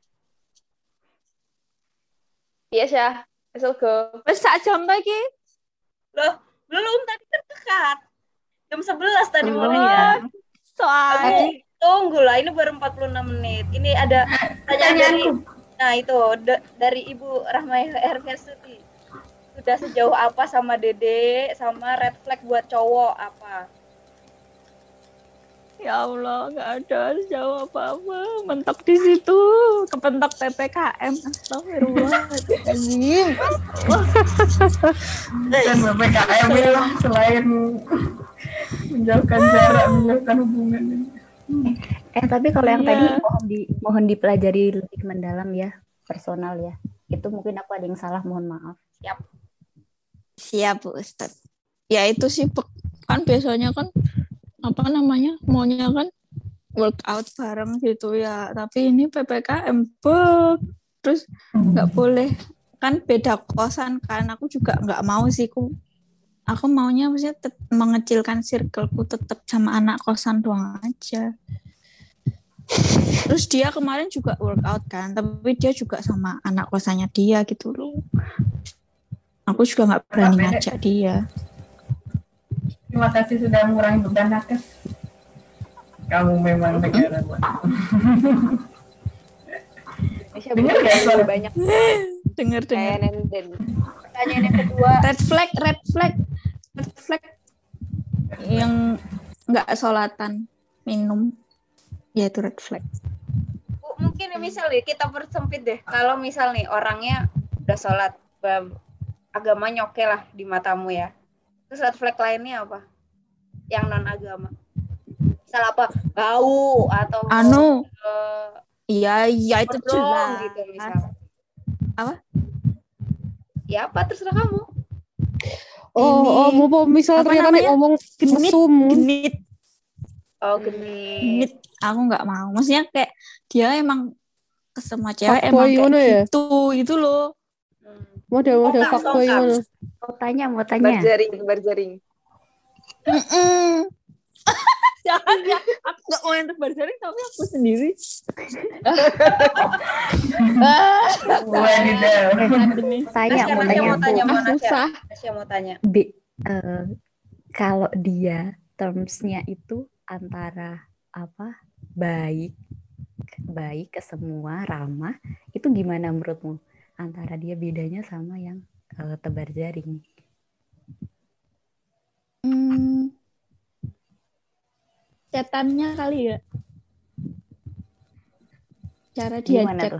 Iya, Syah. Let's go. Wes sak jam lagi. Loh, belum tadi kan dekat. Jam sebelas tadi Belum mulainya. ya. Soalnya Tunggu lah, ini baru empat puluh enam menit. Ini ada pertanyaan dari, nah itu da- dari Ibu Rahmai Herversuti. Sudah sejauh apa sama Dede, sama red flag buat cowok apa? ya Allah, nggak ada jawab apa-apa. Mentok di situ, kepentok P P K M. Astagfirullahaladzim. Dan B P K M lah selain menjauhkan jarak, menjauhkan hubungan ini. Eh tapi kalau yang Iya. tadi mohon di mohon dipelajari lebih mendalam ya, personal ya. Itu mungkin aku ada yang salah, mohon maaf. Siap. Siap Bu Ustadz. Ya itu sih pe- kan biasanya kan apa namanya maunya kan workout bareng gitu ya. Tapi ini P P K M bek. Terus nggak boleh kan beda kosan kan. Aku juga nggak mau sih ku. Aku maunya maksudnya tet- mengecilkan circleku tetap sama anak kosan doang aja. Terus dia kemarin juga workout kan, tapi dia juga sama anak kosannya dia gitu loh. Aku juga nggak berani ngajak dia. Terima kasih sudah mengurangi beban nakes. Kamu memang negara buat. Syah Dengar butuh nggak yang suara? lebih banyak. Dengar dengar. Kayak Nenden. Pertanyaan yang kedua, Red flag, red flag, red flag yang nggak sholatan minum, ya itu red flag. Bu, mungkin ya misal nih kita persempit deh. Kalau misal nih orangnya udah sholat, bam, agamanya oke lah di matamu ya. Terus red flag lainnya apa? Yang non agama. Misal apa? Bau atau Anu, eh, iya iya itu bodong jelas. gitu misal. Apa? Ya apa terserah kamu. Oh, Ini, oh, mau misal apa ternyata nih namanya? ngomong Genit, mesum. genit, Oh, genit. genit. Aku nggak mau. Maksudnya kayak dia emang ke semua cewek Fuckboy emang kayak ngono ya? gitu, itu loh. Model-model Songkang, fuckboy songkang. ngono. Mau tanya, mau tanya. Berjaring, berjaring. Mm-mm. Jangan ya, aku nggak mau yang terbaring tapi aku sendiri. Wadidaw. Tanya, Nasya, mau Nasya tanya. mau tanya, mau Nasya. Susah. Nasya mau tanya. Bi, eh, kalau dia termsnya itu antara apa baik baik ke semua ramah, itu gimana menurutmu antara dia bedanya sama yang eh, tebar jaring? Hmm, chatannya kali ya. Cara dia Gimana chat. tuh?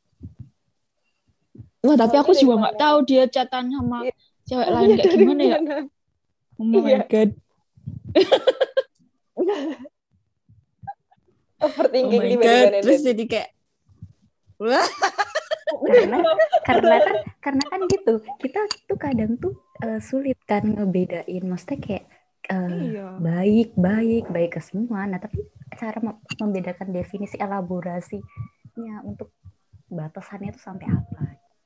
Wah, tapi aku Dari juga mana? nggak tahu dia chatan sama Iya. cewek Oh, lain iya, kayak dari gimana ya. mana? Oh my Iya. god. Oh Overthinking my di god. mana-mana. Terus jadi kayak wah. karena karena kan karena kan gitu, kita tuh kadang tuh eh, sulit kan ngebedain, maksudnya kayak eh, Iya. baik baik baik ke semua. Nah tapi cara mem- membedakan definisi elaborasinya untuk batasannya itu sampai apa?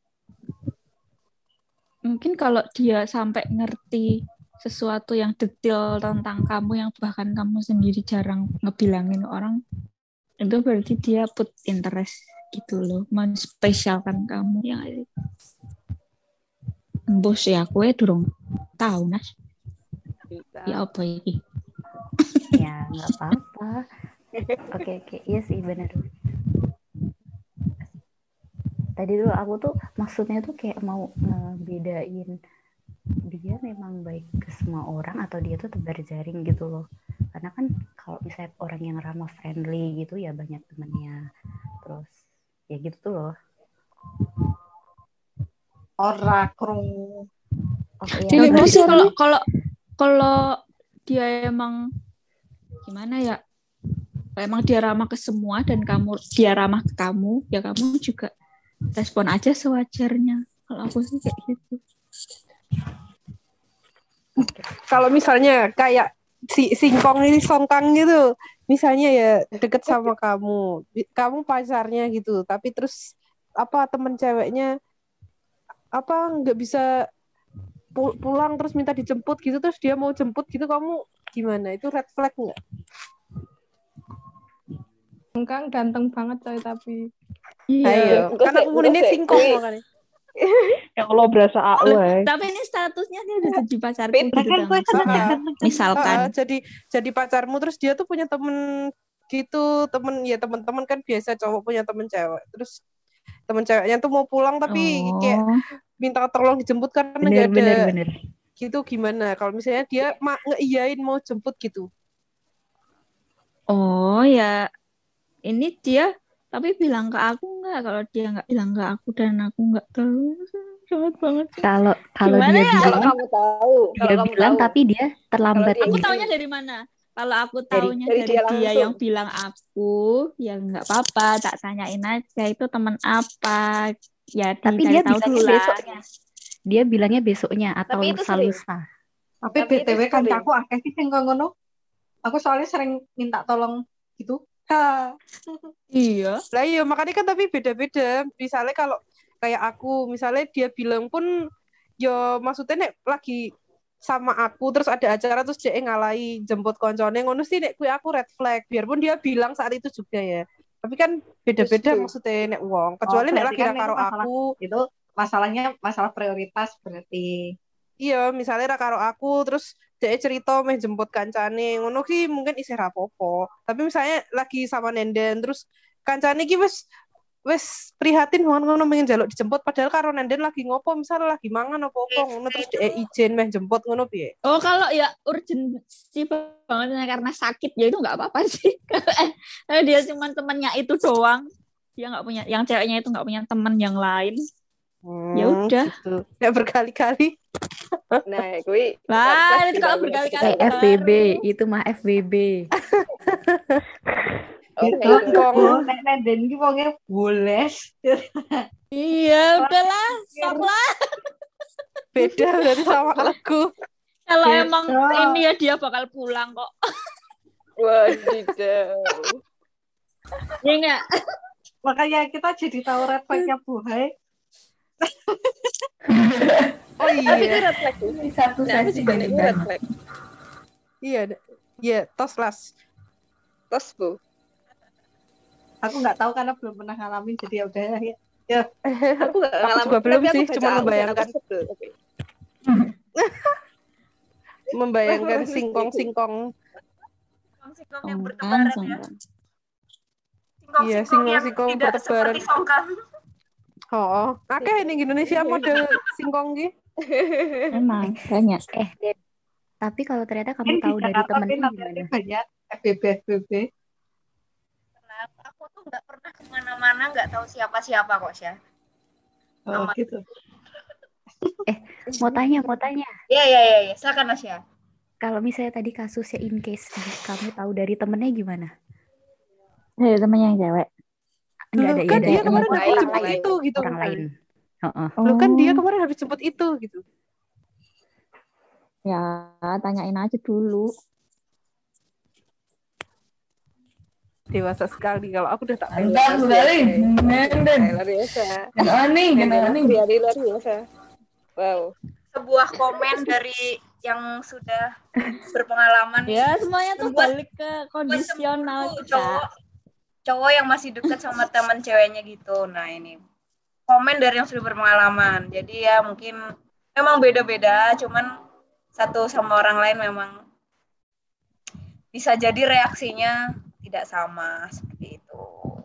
Mungkin kalau dia sampai ngerti sesuatu yang detail tentang kamu yang bahkan kamu sendiri jarang ngebilangin orang, itu berarti dia put interest gitu loh, menspesialkan kamu ya nggak sih? Bos ya aku ya durung tahu Nas. Ya apa ini? Ya nggak apa-apa. Oke oke, iya sih benar. Tadi tuh aku tuh maksudnya tuh kayak mau ngebedain dia memang baik ke semua orang atau dia tuh tebar jaring gitu loh. Karena kan kalau misalnya orang yang ramah friendly gitu ya banyak temennya. Terus ya gitu tuh loh. Ora krungu. Oh Ya iya. udah sih kalau kalau kalau dia emang gimana ya? Kalau emang dia ramah ke semua dan kamu dia ramah ke kamu, ya kamu juga respon aja sewajarnya. Kalau aku sih kayak gitu. Kalau misalnya kayak si singkong ini songkang gitu, misalnya ya deket sama kamu, kamu pacarnya gitu, tapi terus apa temen ceweknya apa nggak bisa pulang terus minta dijemput gitu, terus dia mau jemput gitu, kamu gimana? Itu red flag nggak? Engkang ganteng banget coy tapi. Iya, karena aku ini singkong makanya. Ya Allah berasa A U eh. Tapi ini statusnya dia udah jadi pacarku gitu kan gue kan. Misalkan. Uh, jadi jadi pacarmu, terus dia tuh punya temen gitu, temen ya teman-teman kan biasa cowok punya temen cewek. Terus temen ceweknya tuh mau pulang tapi oh. kayak minta tolong dijemput karena nggak ada. Bener, bener. Gitu gimana? Kalau misalnya dia mak ngeiyain mau jemput gitu. Oh ya, ini dia tapi bilang ke aku nggak, kalau dia nggak bilang ke aku dan aku nggak tahu, sangat banget. Kalau kalau dia ya? bilang, kalau kamu tahu, dia kalau kamu bilang tahu. Tapi dia terlambat. Aku taunya dari mana? Kalau aku taunya dari, dari, dari dia, dia yang bilang aku, ya nggak apa-apa, tak tanyain aja itu teman apa. Ya, tapi dia tahu dulu besoknya. Dia bilangnya besoknya atau lusa-lusa. Tapi B T W kan aku akeh sih sing ngono. Aku soalnya sering minta tolong gitu. Ha. Iya. Lah iya makanya kan tapi beda-beda. Misalnya kalau kayak aku, misalnya dia bilang pun yo maksudnya nek lagi sama aku terus ada acara terus dia ngalahi jemput koncone ngono sih nek kuwi aku red flag. Biarpun dia bilang saat itu juga ya. Tapi kan beda-beda Just maksudnya nek wong. Kecuali oh, nek lagi kan karo aku itu masalahnya masalah prioritas berarti. Iya, misalnya ra karo aku terus dia cerita meh jemput kancane ngono ki mungkin isih rapopo. Tapi misalnya lagi sama Nenden terus kancane ki wis wis prihatin ngono pengen jaluk dijemput padahal karo Nenden lagi ngopo, misalnya lagi mangan opo-opo ngono terus dia izin meh jemput ngono piye. Oh, kalau ya urgensi banget karena sakit ya itu enggak apa-apa sih. Kalau dia cuma temannya itu doang. Dia enggak punya, yang ceweknya itu enggak punya teman yang lain. Hmm, ya udah. Gitu. Ya berkali-kali. Nah, gue lah itu kalau berkali-kali eh, F B B itu mah F B B. Itu kok nek Nenden iki wonge boles. Iya, udahlah, stop lah. Beda dari sama aku. Kalau emang ini ya dia bakal pulang kok. Wadidaw. Iya enggak? Makanya kita jadi tahu red flag-nya Bu Hai. Oh iya. Tapi itu red flag tuh. Satu nah, sesi juga itu red flag. Iya, iya, tos las. Tos Bu. Aku nggak tahu karena belum pernah ngalamin jadi ya udah ya. Ya, aku nggak ngalamin. Juga belum sih, cuma membayangkan. Membayangkan singkong-singkong. Singkong yang bertebaran ya. Iya, singkong-singkong tidak bertebaran. Seperti songkang. Oh, akeh ning Indonesia model singkong ki. Emang banyak. Eh, Dep. Tapi kalau ternyata kamu tahu dari temennya gimana? Banyak F B B F B B. Kenapa? Aku tuh nggak pernah kemana-mana, nggak tahu siapa-siapa kok, Syah. Oh, gitu. Eh, mau tanya, mau tanya. Iya, iya, iya, ya. Silakan, Asya. Kalau misalnya tadi kasusnya in case kamu tahu dari temennya gimana? Dari temennya yang cewek. Enggak ada kan ya, dia kemarin habis jemput lain. itu gitu. Orang lain. Uh-uh. Loh kan dia kemarin habis jemput itu gitu. Ya, tanyain aja dulu. Dewasa sekali kalau aku udah tak tahu. Entar sekali. Nenden. Luar biasa. Aneh, aneh. Biari luar biasa. Wow. Sebuah komen dari yang sudah berpengalaman. Ya, semuanya tuh balik ke kondisional cowok. Cowok yang masih dekat sama teman ceweknya gitu. Nah, ini komen dari yang sudah berpengalaman. Jadi ya mungkin memang beda-beda, cuman satu sama orang lain memang bisa jadi reaksinya tidak sama seperti itu.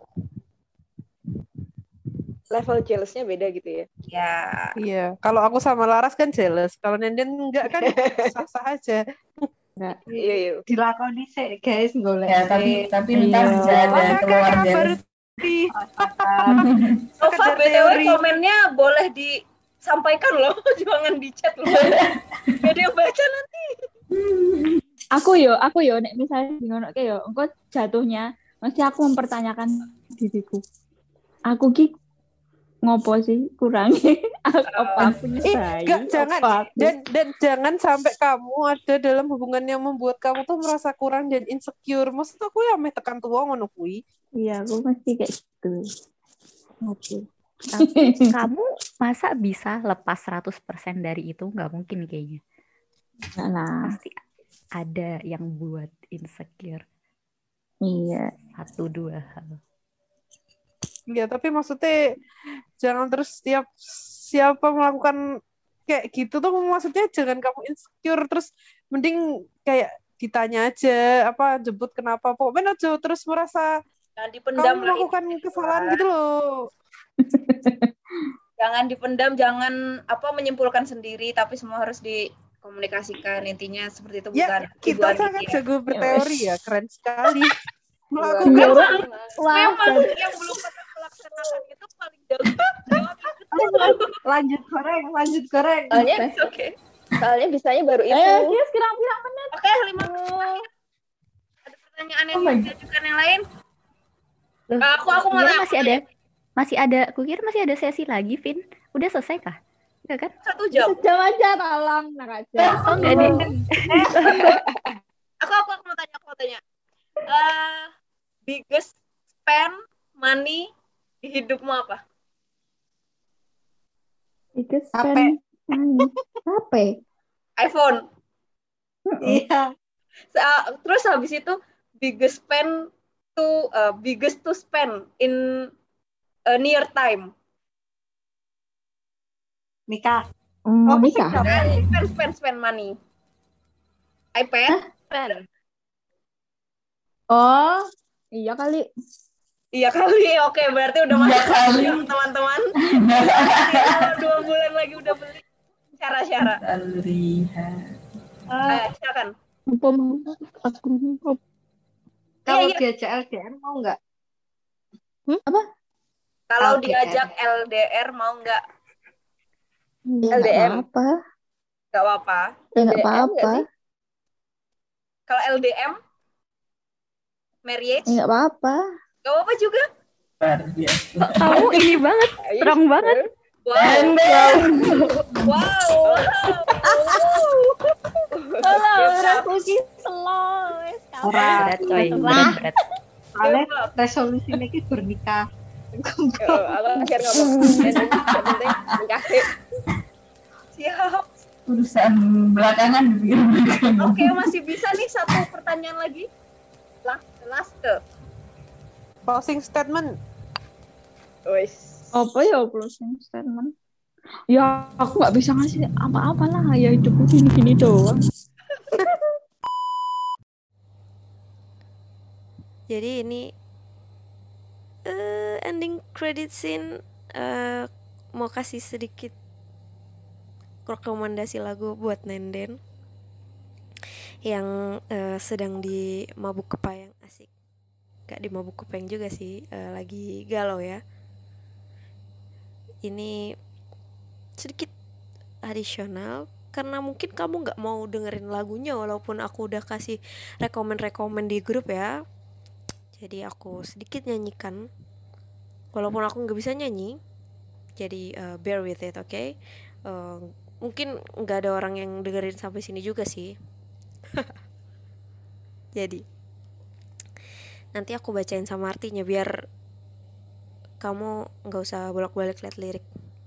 Level jealousnya beda gitu ya? Ya. Iya. Kalau aku sama Laras kan jealous. Kalau Nenden enggak kan sah-sah aja. Nah, iya iya. Dilakoni sih guys, golek. Ya, tapi tapi ntar bisa ada keluar dari. Nova B T W komennya boleh disampaikan loh, jangan di chat loh. Jadi baca nanti. Aku yo, aku yo nek misalnya ngono ke yo, engko jatuhnya mesti aku mempertanyakan diriku. Aku ki ngopo sih kurangi apa aku eh, gak, jangan aku? dan dan jangan sampai kamu ada dalam hubungan yang membuat kamu tuh merasa kurang dan insecure. Maksud aku ya meh tekan tuwa ngono kuwi. Iya, aku mesti kayak gitu. Oke. Tapi kamu masa bisa lepas seratus persen dari itu? Nggak mungkin kayaknya. Nah, Pasti ada yang buat insecure. iya. Satu dua hal. Ya, tapi maksudnya jangan terus setiap siapa melakukan kayak gitu tuh, maksudnya jangan kamu insecure terus, mending kayak ditanya aja apa jemput kenapa, pokoknya aja terus merasa Jangan dipendam kamu lah melakukan intinya, kesalahan kan. gitu loh. Jangan dipendam, jangan apa menyimpulkan sendiri, tapi semua harus dikomunikasikan. Intinya seperti itu, bukan Ya, kita tujuan sangat ini ya. jago berteori ya, keren sekali. Luar Melakukan biasa. Wah, Memang dan- yang belum pernah melaksanakan itu paling jago. Lanjut goreng, lanjut goreng. Soalnya, Oke. soalnya bisanya baru itu. Eh, Kis, kira-kira menit. Oke, lima menit. Ada pertanyaan yang Oh my mau diajukan yang lain? Loh, Eh, aku aku mau kukira nanya. masih ada, masih ada, kukira masih ada sesi lagi, Vin. Udah selesai kah? Enggak kan? Satu jam. Sejam aja, tolong. Nah, aja. Oh enggak deh. Aku aku aku mau tanya, aku mau tanya. Eh, biggest spend money di hidupmu apa? Biggest H P. spend money. H P. iPhone. Iya. Sa- Terus habis itu biggest spend to uh, biggest to spend in a near time. Nikah. Oh, Oh, nikah. Spend spend spend, spend money. iPad? Pen. Oh, iya kali. Iya kali. Oke, berarti udah Iya masuk kali. jam, teman-teman. Kalau dua bulan lagi udah beli. Cara-cara. Kita lihat. Ayo, silakan. Pom, aku pom. Kalau Iya, iya. diajak L D R mau nggak? Apa? Kalau L D R. diajak L D R mau nggak? Ya, L D nggak M. apa-apa. Nggak apa-apa. Ya, nggak L D M nggak apa-apa. sih? Kalau L D M, marriage, Ya, nggak apa-apa. nggak apa-apa juga. Luar biasa. Kamu ini banget, strong banget. Wow. Wow. Halo, resolusi slow. Ora. Berat coy, berat berat. Soalnya resolusi ini bernikah. Aku akhir ngomong. Yang penting nikah sih. Siap. Urusan belakangan dipikir-pikir. Oke, masih bisa nih satu pertanyaan lagi. Last, last. closing statement. Wis. Apa ya closing statement? Ya aku nggak bisa ngasih apa-apa lah, ya hidupku gini-gini doang. Jadi ini eh, ending credit scene, eh, mau kasih sedikit rekomendasi lagu buat Nenden yang eh, sedang di mabuk kepayang. Asik. Gak di mabuk kepayang juga sih, eh, lagi galau ya. Ini sedikit adisional karena mungkin kamu nggak mau dengerin lagunya walaupun aku udah kasih rekomen-rekomen di grup ya. Jadi aku sedikit nyanyikan walaupun aku nggak bisa nyanyi. Jadi uh, bear with it, oke? Okay? Uh, mungkin nggak ada orang yang dengerin sampai sini juga sih. Jadi nanti aku bacain sama artinya biar kamu nggak usah bolak-balik lihat lirik.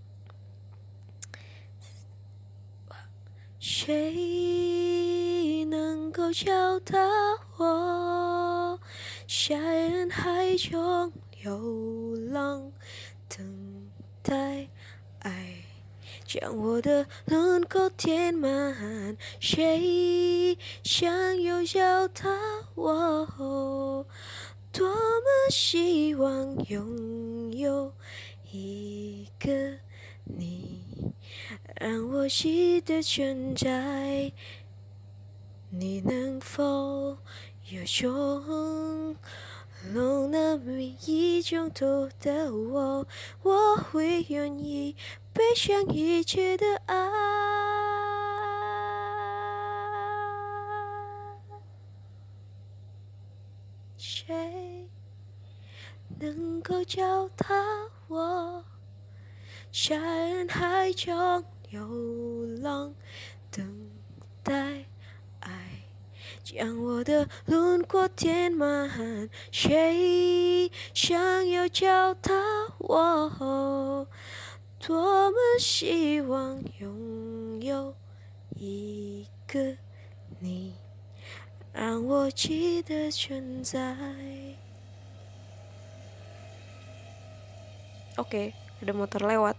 谁能够敲打我，在人海中流浪，等待爱将我的轮廓填满。谁想要脚踏我？多么希望拥有一个你，让我记得存在。你能否有种容纳每一种途的我，我会愿意背上一切的爱。谁能够脚踏我，在人海中流浪，等待爱将我的轮廓填满。谁想要脚踏我？多么希望拥有一个你，让我记得存在。Oke, ada motor lewat.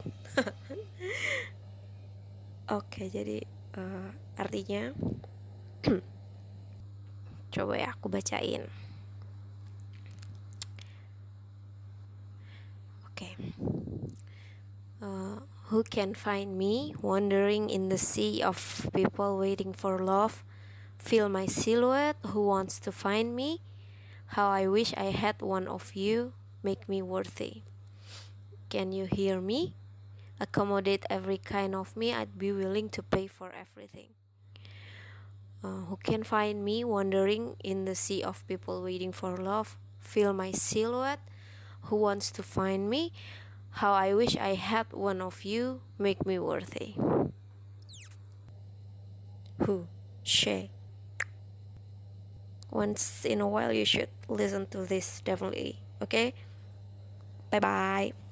Oke, jadi uh, artinya coba ya aku bacain. Oke. Uh, who can find me wandering in the sea of people waiting for love? Feel my silhouette, who wants to find me? How I wish I had one of you, make me worthy. Can you hear me? Accommodate every kind of me, I'd be willing to pay for everything. Uh, who can find me wandering in the sea of people waiting for love? Feel my silhouette, who wants to find me? How I wish I had one of you, make me worthy. Who? She. Once in a while you should listen to this, definitely. Okay? Bye bye.